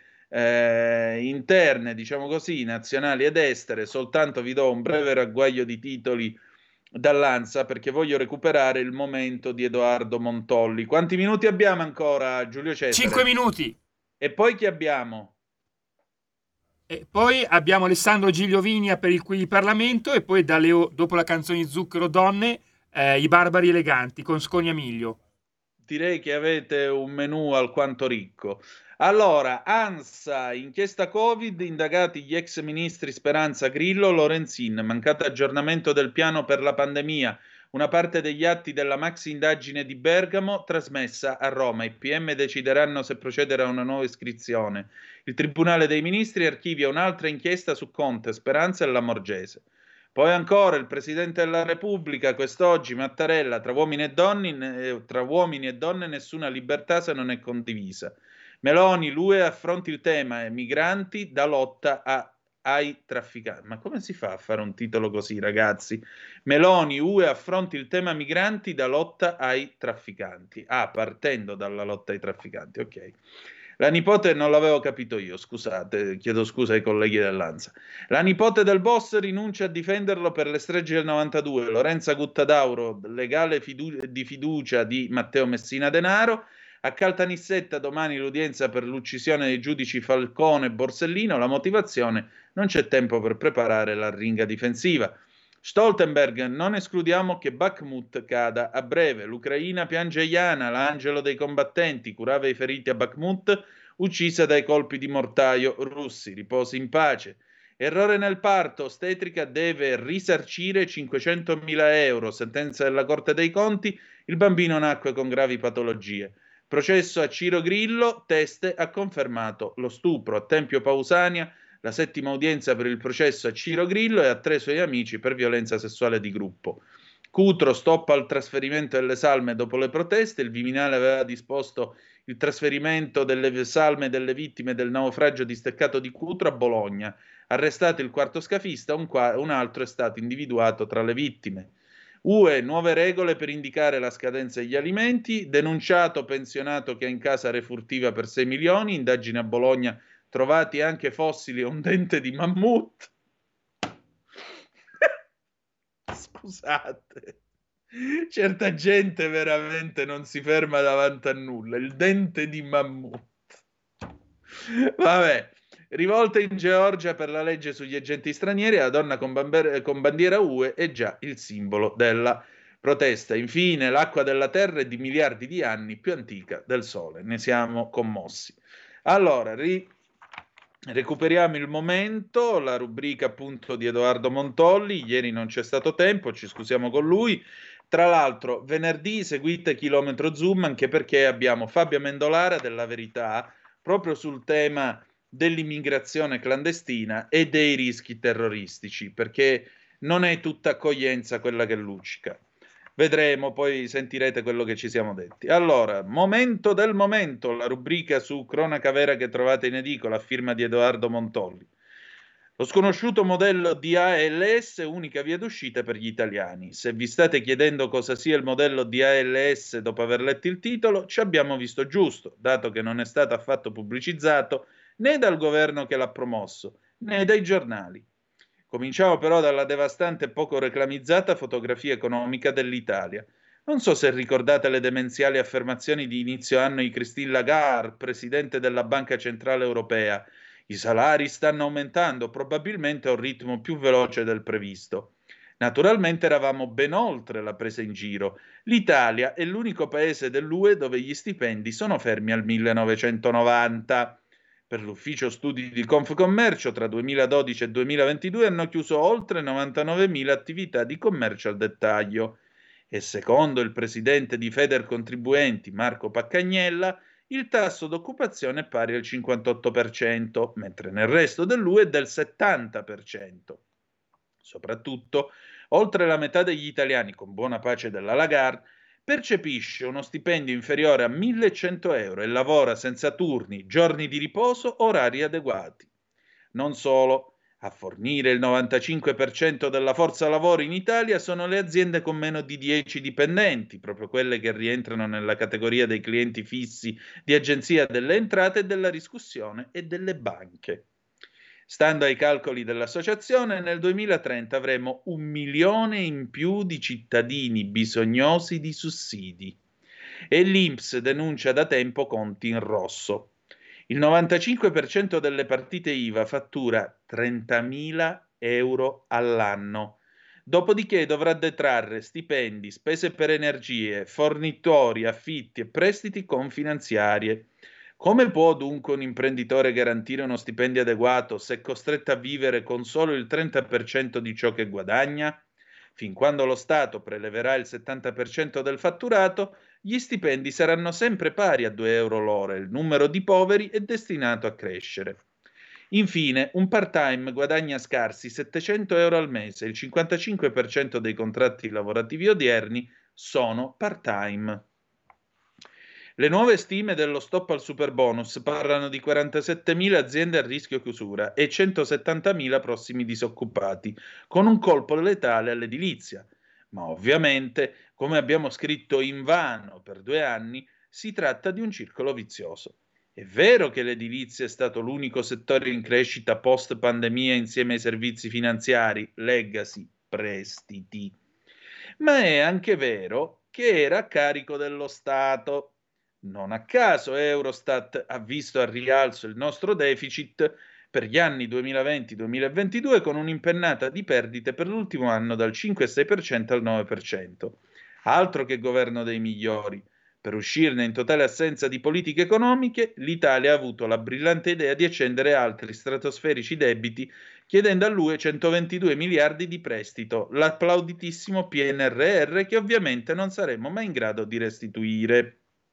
interne, diciamo così, nazionali ed estere, soltanto vi do un breve ragguaglio di titoli dall'Ansa perché voglio recuperare il momento di Edoardo Montolli. Quanti minuti abbiamo ancora, Giulio Cesare? 5 minuti. E poi chi abbiamo? E poi abbiamo Alessandro Gigliovinia per il Qui Parlamento e poi dopo la canzone di Zucchero Donne, I Barbari Eleganti con Scognamiglio. Direi che avete un menù alquanto ricco. Allora, ANSA, inchiesta Covid, indagati gli ex ministri Speranza, Grillo, Lorenzin, mancato aggiornamento del piano per la pandemia, una parte degli atti della maxi indagine di Bergamo trasmessa a Roma. I PM decideranno se procedere a una nuova iscrizione. Il Tribunale dei Ministri archivia un'altra inchiesta su Conte, Speranza e Lamorgese. Poi ancora il Presidente della Repubblica, quest'oggi Mattarella, tra uomini e donne nessuna libertà se non è condivisa. Meloni, l'UE affronti il tema migranti da lotta ai trafficanti. Ma come si fa a fare un titolo così, ragazzi? Meloni, UE affronti il tema migranti da lotta ai trafficanti. Partendo dalla lotta ai trafficanti, ok. La nipote non l'avevo capito io, scusate, chiedo scusa ai colleghi dell'ANSA. La nipote del boss rinuncia a difenderlo per le stragi del 92. Lorenza Guttadauro, legale di fiducia di Matteo Messina Denaro. A Caltanissetta domani l'udienza per l'uccisione dei giudici Falcone e Borsellino. La motivazione: non c'è tempo per preparare la ringa difensiva. Stoltenberg, non escludiamo che Bakhmut cada a breve. L'Ucraina piange Iana, l'angelo dei combattenti, curava i feriti a Bakhmut, uccisa dai colpi di mortaio russi. Riposi in pace. Errore nel parto, ostetrica deve risarcire 500.000 euro. Sentenza della Corte dei Conti, il bambino nacque con gravi patologie. Processo a Ciro Grillo, Teste ha confermato lo stupro. A Tempio Pausania, la settima udienza per il processo a Ciro Grillo e a 3 suoi amici per violenza sessuale di gruppo. Cutro stoppa il trasferimento delle salme dopo le proteste. Il Viminale aveva disposto il trasferimento delle salme delle vittime del naufragio di Steccato di Cutro a Bologna. Arrestato il quarto scafista, un altro è stato individuato tra le vittime. UE, nuove regole per indicare la scadenza degli alimenti. Denunciato pensionato che ha in casa refurtiva per 6 milioni. Indagine a Bologna, trovati anche fossili e un dente di mammut. Scusate, certa gente veramente non si ferma davanti a nulla. Il dente di mammut. Vabbè. Rivolta in Georgia per la legge sugli agenti stranieri, la donna con bandiera UE è già il simbolo della protesta. Infine, l'acqua della terra è di miliardi di anni più antica del sole. Ne siamo commossi. Allora, recuperiamo il momento, la rubrica appunto di Edoardo Montolli. Ieri non c'è stato tempo, ci scusiamo con lui. Tra l'altro, venerdì seguite Chilometro Zoom, anche perché abbiamo Fabio Amendolara della Verità proprio sul tema dell'immigrazione clandestina e dei rischi terroristici, perché non è tutta accoglienza quella che luccica. Vedremo, poi sentirete quello che ci siamo detti. Allora, momento del momento, la rubrica su cronaca vera che trovate in edicola a firma di Edoardo Montolli. Lo sconosciuto modello DALS, unica via d'uscita per gli italiani. Se vi state chiedendo cosa sia il modello DALS dopo aver letto il titolo, ci abbiamo visto giusto, dato che non è stato affatto pubblicizzato né dal governo che l'ha promosso, né dai giornali. Cominciamo però dalla devastante e poco reclamizzata fotografia economica dell'Italia. Non so se ricordate le demenziali affermazioni di inizio anno di Christine Lagarde, presidente della Banca Centrale Europea. I salari stanno aumentando, probabilmente a un ritmo più veloce del previsto. Naturalmente eravamo ben oltre la presa in giro. L'Italia è l'unico paese dell'UE dove gli stipendi sono fermi al 1990. Per l'ufficio studi di Confcommercio tra 2012 e 2022 hanno chiuso oltre 99.000 attività di commercio al dettaglio e secondo il presidente di Federcontribuenti Marco Paccagnella il tasso d'occupazione è pari al 58%, mentre nel resto dell'UE è del 70%. Soprattutto, oltre la metà degli italiani, con buona pace della Lagarde, percepisce uno stipendio inferiore a 1.100 euro e lavora senza turni, giorni di riposo, orari adeguati. Non solo, A fornire il 95% della forza lavoro in Italia sono le aziende con meno di 10 dipendenti, proprio quelle che rientrano nella categoria dei clienti fissi di Agenzia delle Entrate e della Riscossione e delle banche. Stando ai calcoli dell'associazione, nel 2030 avremo 1 milione in più di cittadini bisognosi di sussidi. E l'INPS denuncia da tempo conti in rosso. Il 95% delle partite IVA fattura 30.000 euro all'anno. Dopodiché dovrà detrarre stipendi, spese per energie, fornitori, affitti e prestiti con finanziarie. Come può dunque un imprenditore garantire uno stipendio adeguato se è costretto a vivere con solo il 30% di ciò che guadagna? Fin quando lo Stato preleverà il 70% del fatturato, gli stipendi saranno sempre pari a 2 euro l'ora e il numero di poveri è destinato a crescere. Infine, un part-time guadagna scarsi 700 euro al mese, il 55% dei contratti lavorativi odierni sono part-time. Le nuove stime dello stop al superbonus parlano di 47.000 aziende a rischio chiusura e 170.000 prossimi disoccupati, con un colpo letale all'edilizia. Ma ovviamente, come abbiamo scritto invano per 2 anni, si tratta di un circolo vizioso. È vero che l'edilizia è stato l'unico settore in crescita post-pandemia insieme ai servizi finanziari, legacy, prestiti, ma è anche vero che era a carico dello Stato. Non a caso Eurostat ha visto al rialzo il nostro deficit per gli anni 2020-2022 con un'impennata di perdite per l'ultimo anno dal 5,6% al 9%. Altro che governo dei migliori. Per uscirne in totale assenza di politiche economiche, l'Italia ha avuto la brillante idea di accendere altri stratosferici debiti chiedendo all'UE 122 miliardi di prestito, l'applauditissimo PNRR che ovviamente non saremo mai in grado di restituire.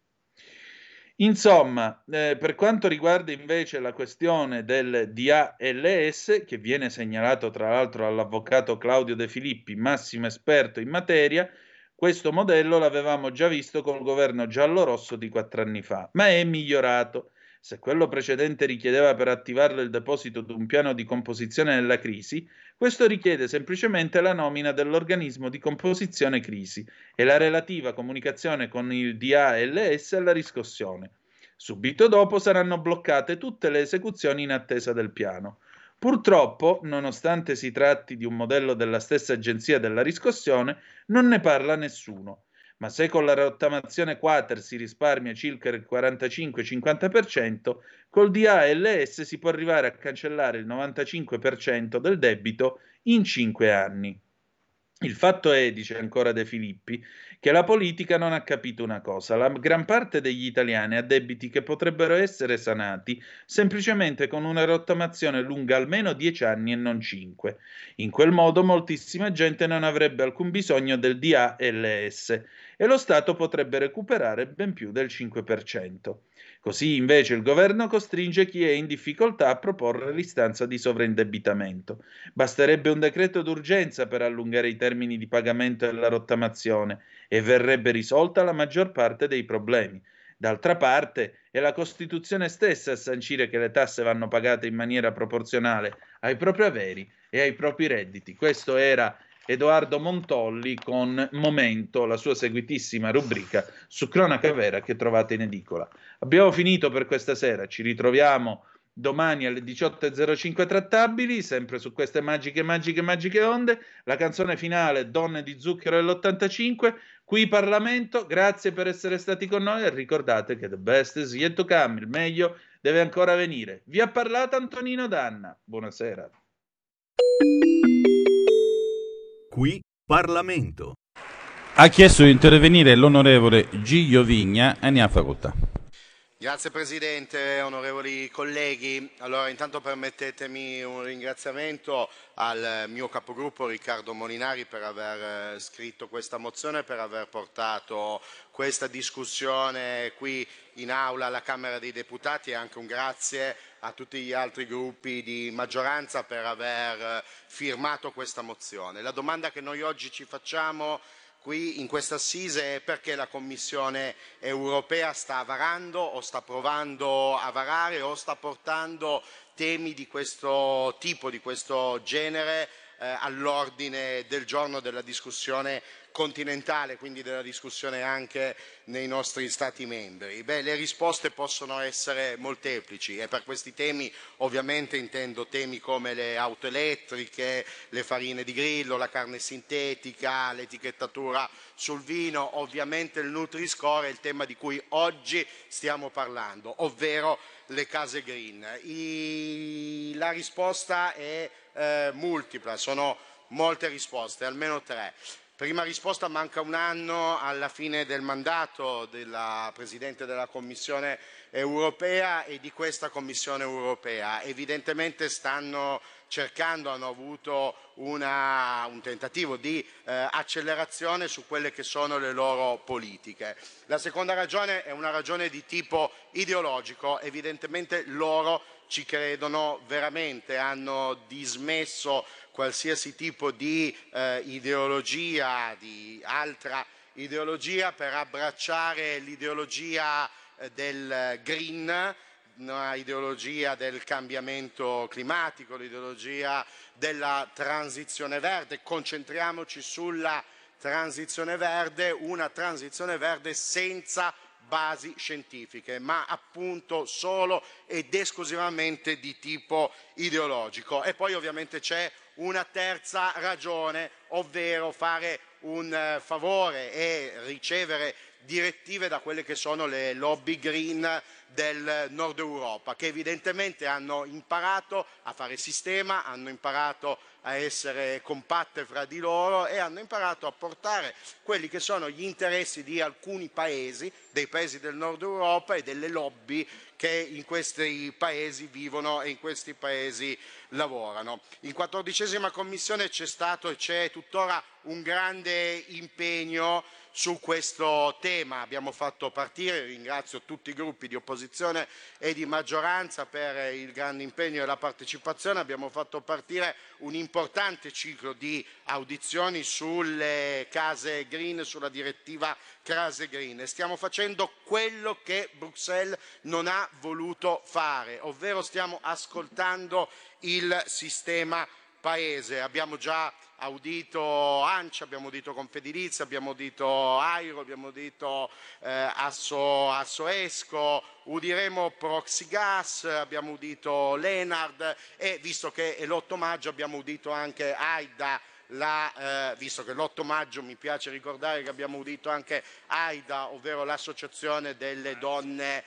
Insomma, per quanto riguarda invece la questione del DALS, che viene segnalato tra l'altro all'avvocato Claudio De Filippi, massimo esperto in materia, questo modello l'avevamo già visto col governo giallo-rosso di 4 anni fa, ma è migliorato. Se quello precedente richiedeva per attivarlo il deposito di un piano di composizione della crisi, questo richiede semplicemente la nomina dell'organismo di composizione crisi e la relativa comunicazione con il DALS alla riscossione. Subito dopo saranno bloccate tutte le esecuzioni in attesa del piano. Purtroppo, nonostante si tratti di un modello della stessa agenzia della riscossione, non ne parla nessuno. Ma se con la rottamazione quater si risparmia circa il 45-50%, col DALS si può arrivare a cancellare il 95% del debito in 5 anni. Il fatto è, dice ancora De Filippi, che la politica non ha capito una cosa. La gran parte degli italiani ha debiti che potrebbero essere sanati semplicemente con una rottamazione lunga almeno 10 anni e non 5. In quel modo moltissima gente non avrebbe alcun bisogno del DALS e lo Stato potrebbe recuperare ben più del 5%. Così invece il governo costringe chi è in difficoltà a proporre l'istanza di sovraindebitamento. Basterebbe un decreto d'urgenza per allungare i termini di pagamento della rottamazione e verrebbe risolta la maggior parte dei problemi. D'altra parte è la Costituzione stessa a sancire che le tasse vanno pagate in maniera proporzionale ai propri averi e ai propri redditi. Questo era Edoardo Montolli con Momento, la sua seguitissima rubrica su Cronaca Vera che trovate in edicola. Abbiamo finito per questa sera, ci ritroviamo domani alle 18.05 trattabili, sempre su queste magiche onde. La canzone finale, Donne di Zucchero dell'85, qui Parlamento. Grazie per essere stati con noi e ricordate che the best is yet to come, il meglio deve ancora venire. Vi ha parlato Antonino Danna, buonasera. Qui Parlamento. Ha chiesto di intervenire l'onorevole Giglio Vigna e ne ha facoltà. Grazie Presidente, onorevoli colleghi. Allora intanto permettetemi un ringraziamento al mio capogruppo Riccardo Molinari per aver scritto questa mozione, per aver portato questa discussione qui in aula alla Camera dei Deputati e anche un grazie a tutti gli altri gruppi di maggioranza per aver firmato questa mozione. La domanda che noi oggi ci facciamo: qui in questa assise è perché la Commissione europea sta varando o sta provando a varare o sta portando temi di questo tipo, di questo genere all'ordine del giorno della discussione continentale, quindi della discussione anche nei nostri Stati membri. Le risposte possono essere molteplici e per questi temi ovviamente intendo temi come le auto elettriche, le farine di grillo, la carne sintetica, l'etichettatura sul vino, ovviamente il Nutri-Score è il tema di cui oggi stiamo parlando, ovvero le case green. La risposta è multipla, sono molte risposte, almeno 3. Prima risposta: manca un anno alla fine del mandato della Presidente della Commissione europea e di questa Commissione europea. Evidentemente stanno cercando, hanno avuto un tentativo di accelerazione su quelle che sono le loro politiche. La seconda ragione è una ragione di tipo ideologico. Evidentemente loro ci credono veramente, hanno dismesso qualsiasi tipo di ideologia, di altra ideologia, per abbracciare l'ideologia del green, una ideologia del cambiamento climatico, l'ideologia della transizione verde. Concentriamoci sulla transizione verde, una transizione verde senza basi scientifiche, ma appunto solo ed esclusivamente di tipo ideologico. E poi ovviamente c'è una terza ragione, ovvero fare un favore e ricevere direttive da quelle che sono le lobby green del Nord Europa, che evidentemente hanno imparato a fare sistema, hanno imparato a essere compatte fra di loro e hanno imparato a portare quelli che sono gli interessi di alcuni paesi, dei paesi del Nord Europa e delle lobby che in questi paesi vivono e in questi paesi lavorano. In 14ª Commissione c'è stato e c'è tuttora un grande impegno su questo tema. Abbiamo fatto partire, ringrazio tutti i gruppi di opposizione e di maggioranza per il grande impegno e la partecipazione, abbiamo fatto partire un importante ciclo di audizioni sulle case green, sulla direttiva case green, e stiamo facendo quello che Bruxelles non ha voluto fare, ovvero stiamo ascoltando il sistema paese. Abbiamo già audito ANCI, abbiamo audito Confedilizia, abbiamo audito AIRO, abbiamo audito Assoesco, udiremo Proxigas, abbiamo udito Lenard e visto che è l'8 maggio abbiamo udito anche AIDA. Visto che l'8 maggio mi piace ricordare che abbiamo udito anche AIDA, ovvero l'associazione delle donne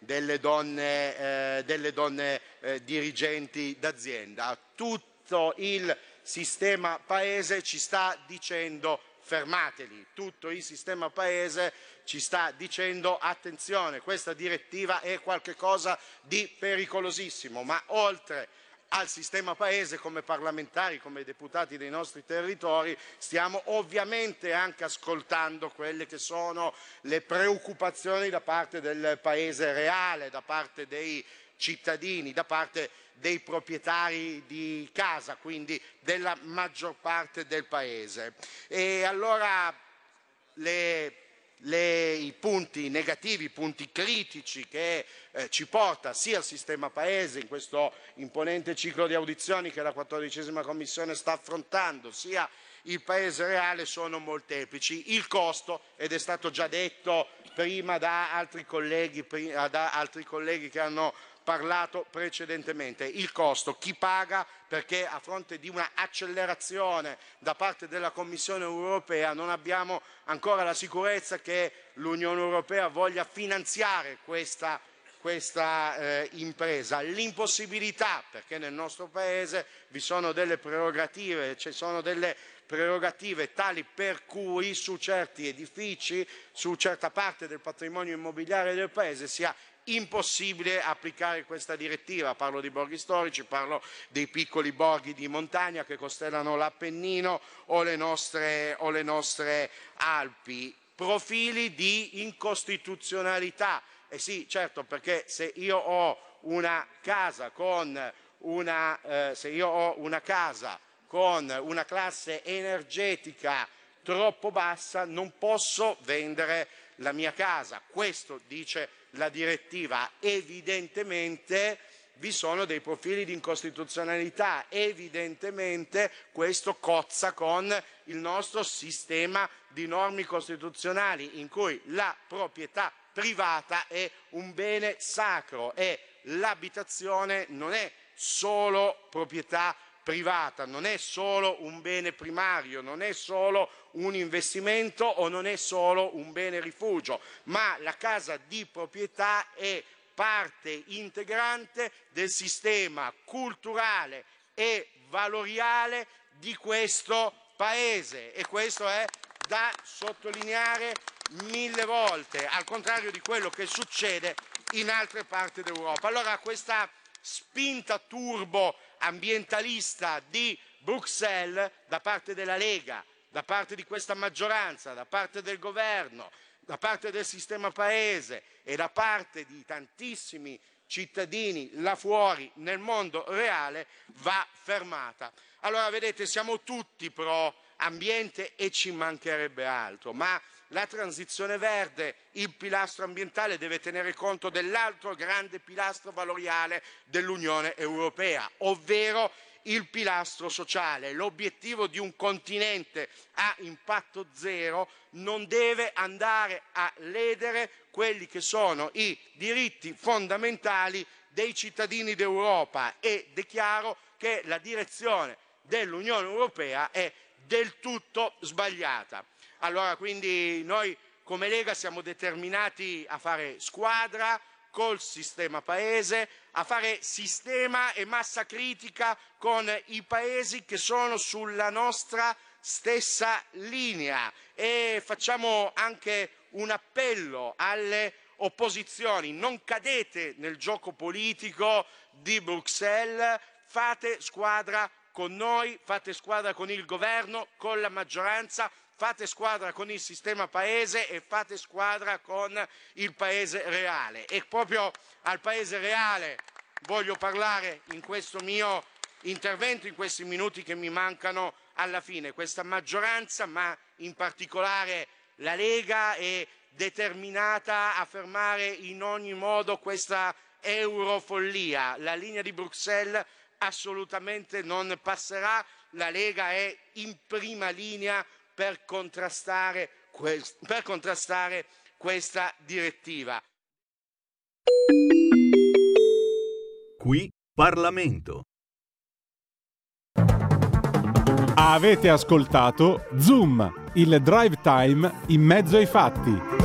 dirigenti d'azienda. Tutto il sistema paese ci sta dicendo fermateli, tutto il sistema paese ci sta dicendo attenzione, questa direttiva è qualcosa di pericolosissimo, ma oltre al sistema paese, come parlamentari, come deputati dei nostri territori, stiamo ovviamente anche ascoltando quelle che sono le preoccupazioni da parte del paese reale, da parte dei cittadini, da parte dei proprietari di casa, quindi della maggior parte del paese. E allora i punti negativi, i punti critici che ci porta sia il sistema paese in questo imponente ciclo di audizioni che la 14ª Commissione sta affrontando, sia il paese reale sono molteplici. Il costo, ed è stato già detto prima da altri colleghi che hanno parlato precedentemente, il costo, chi paga, perché a fronte di una accelerazione da parte della Commissione europea non abbiamo ancora la sicurezza che l'Unione Europea voglia finanziare questa impresa, l'impossibilità, perché nel nostro Paese vi sono delle prerogative, ci sono delle prerogative tali per cui su certi edifici, su certa parte del patrimonio immobiliare del Paese sia impossibile applicare questa direttiva. Parlo di borghi storici, parlo dei piccoli borghi di montagna che costellano l'Appennino o le nostre Alpi. Profili di incostituzionalità. Sì, certo, perché se io ho una casa con una classe energetica troppo bassa, non posso vendere la mia casa. Questo dice la direttiva. Evidentemente vi sono dei profili di incostituzionalità, evidentemente questo cozza con il nostro sistema di norme costituzionali in cui la proprietà privata è un bene sacro e l'abitazione non è solo proprietà privata, non è solo un bene primario, non è solo un investimento o non è solo un bene rifugio, ma la casa di proprietà è parte integrante del sistema culturale e valoriale di questo Paese, e questo è da sottolineare 1000 volte, al contrario di quello che succede in altre parti d'Europa. Allora questa spinta turbo ambientalista di Bruxelles da parte della Lega, da parte di questa maggioranza, da parte del governo, da parte del sistema Paese e da parte di tantissimi cittadini là fuori nel mondo reale va fermata. Allora vedete, siamo tutti pro ambiente e ci mancherebbe altro, ma la transizione verde, il pilastro ambientale deve tenere conto dell'altro grande pilastro valoriale dell'Unione Europea, ovvero il pilastro sociale. L'obiettivo di un continente a impatto zero non deve andare a ledere quelli che sono i diritti fondamentali dei cittadini d'Europa, ed è chiaro che la direzione dell'Unione Europea è del tutto sbagliata. Allora quindi noi come Lega siamo determinati a fare squadra col sistema Paese, a fare sistema e massa critica con i paesi che sono sulla nostra stessa linea, e facciamo anche un appello alle opposizioni: non cadete nel gioco politico di Bruxelles, fate squadra con noi, fate squadra con il governo, con la maggioranza, fate squadra con il sistema Paese e fate squadra con il Paese reale. E proprio al Paese reale voglio parlare in questo mio intervento, in questi minuti che mi mancano alla fine. Questa maggioranza, ma in particolare la Lega, è determinata a fermare in ogni modo questa eurofollia. La linea di Bruxelles assolutamente non passerà. La Lega è in prima linea per contrastare questa direttiva. Qui Parlamento. Avete ascoltato Zoom, il drive time in mezzo ai fatti.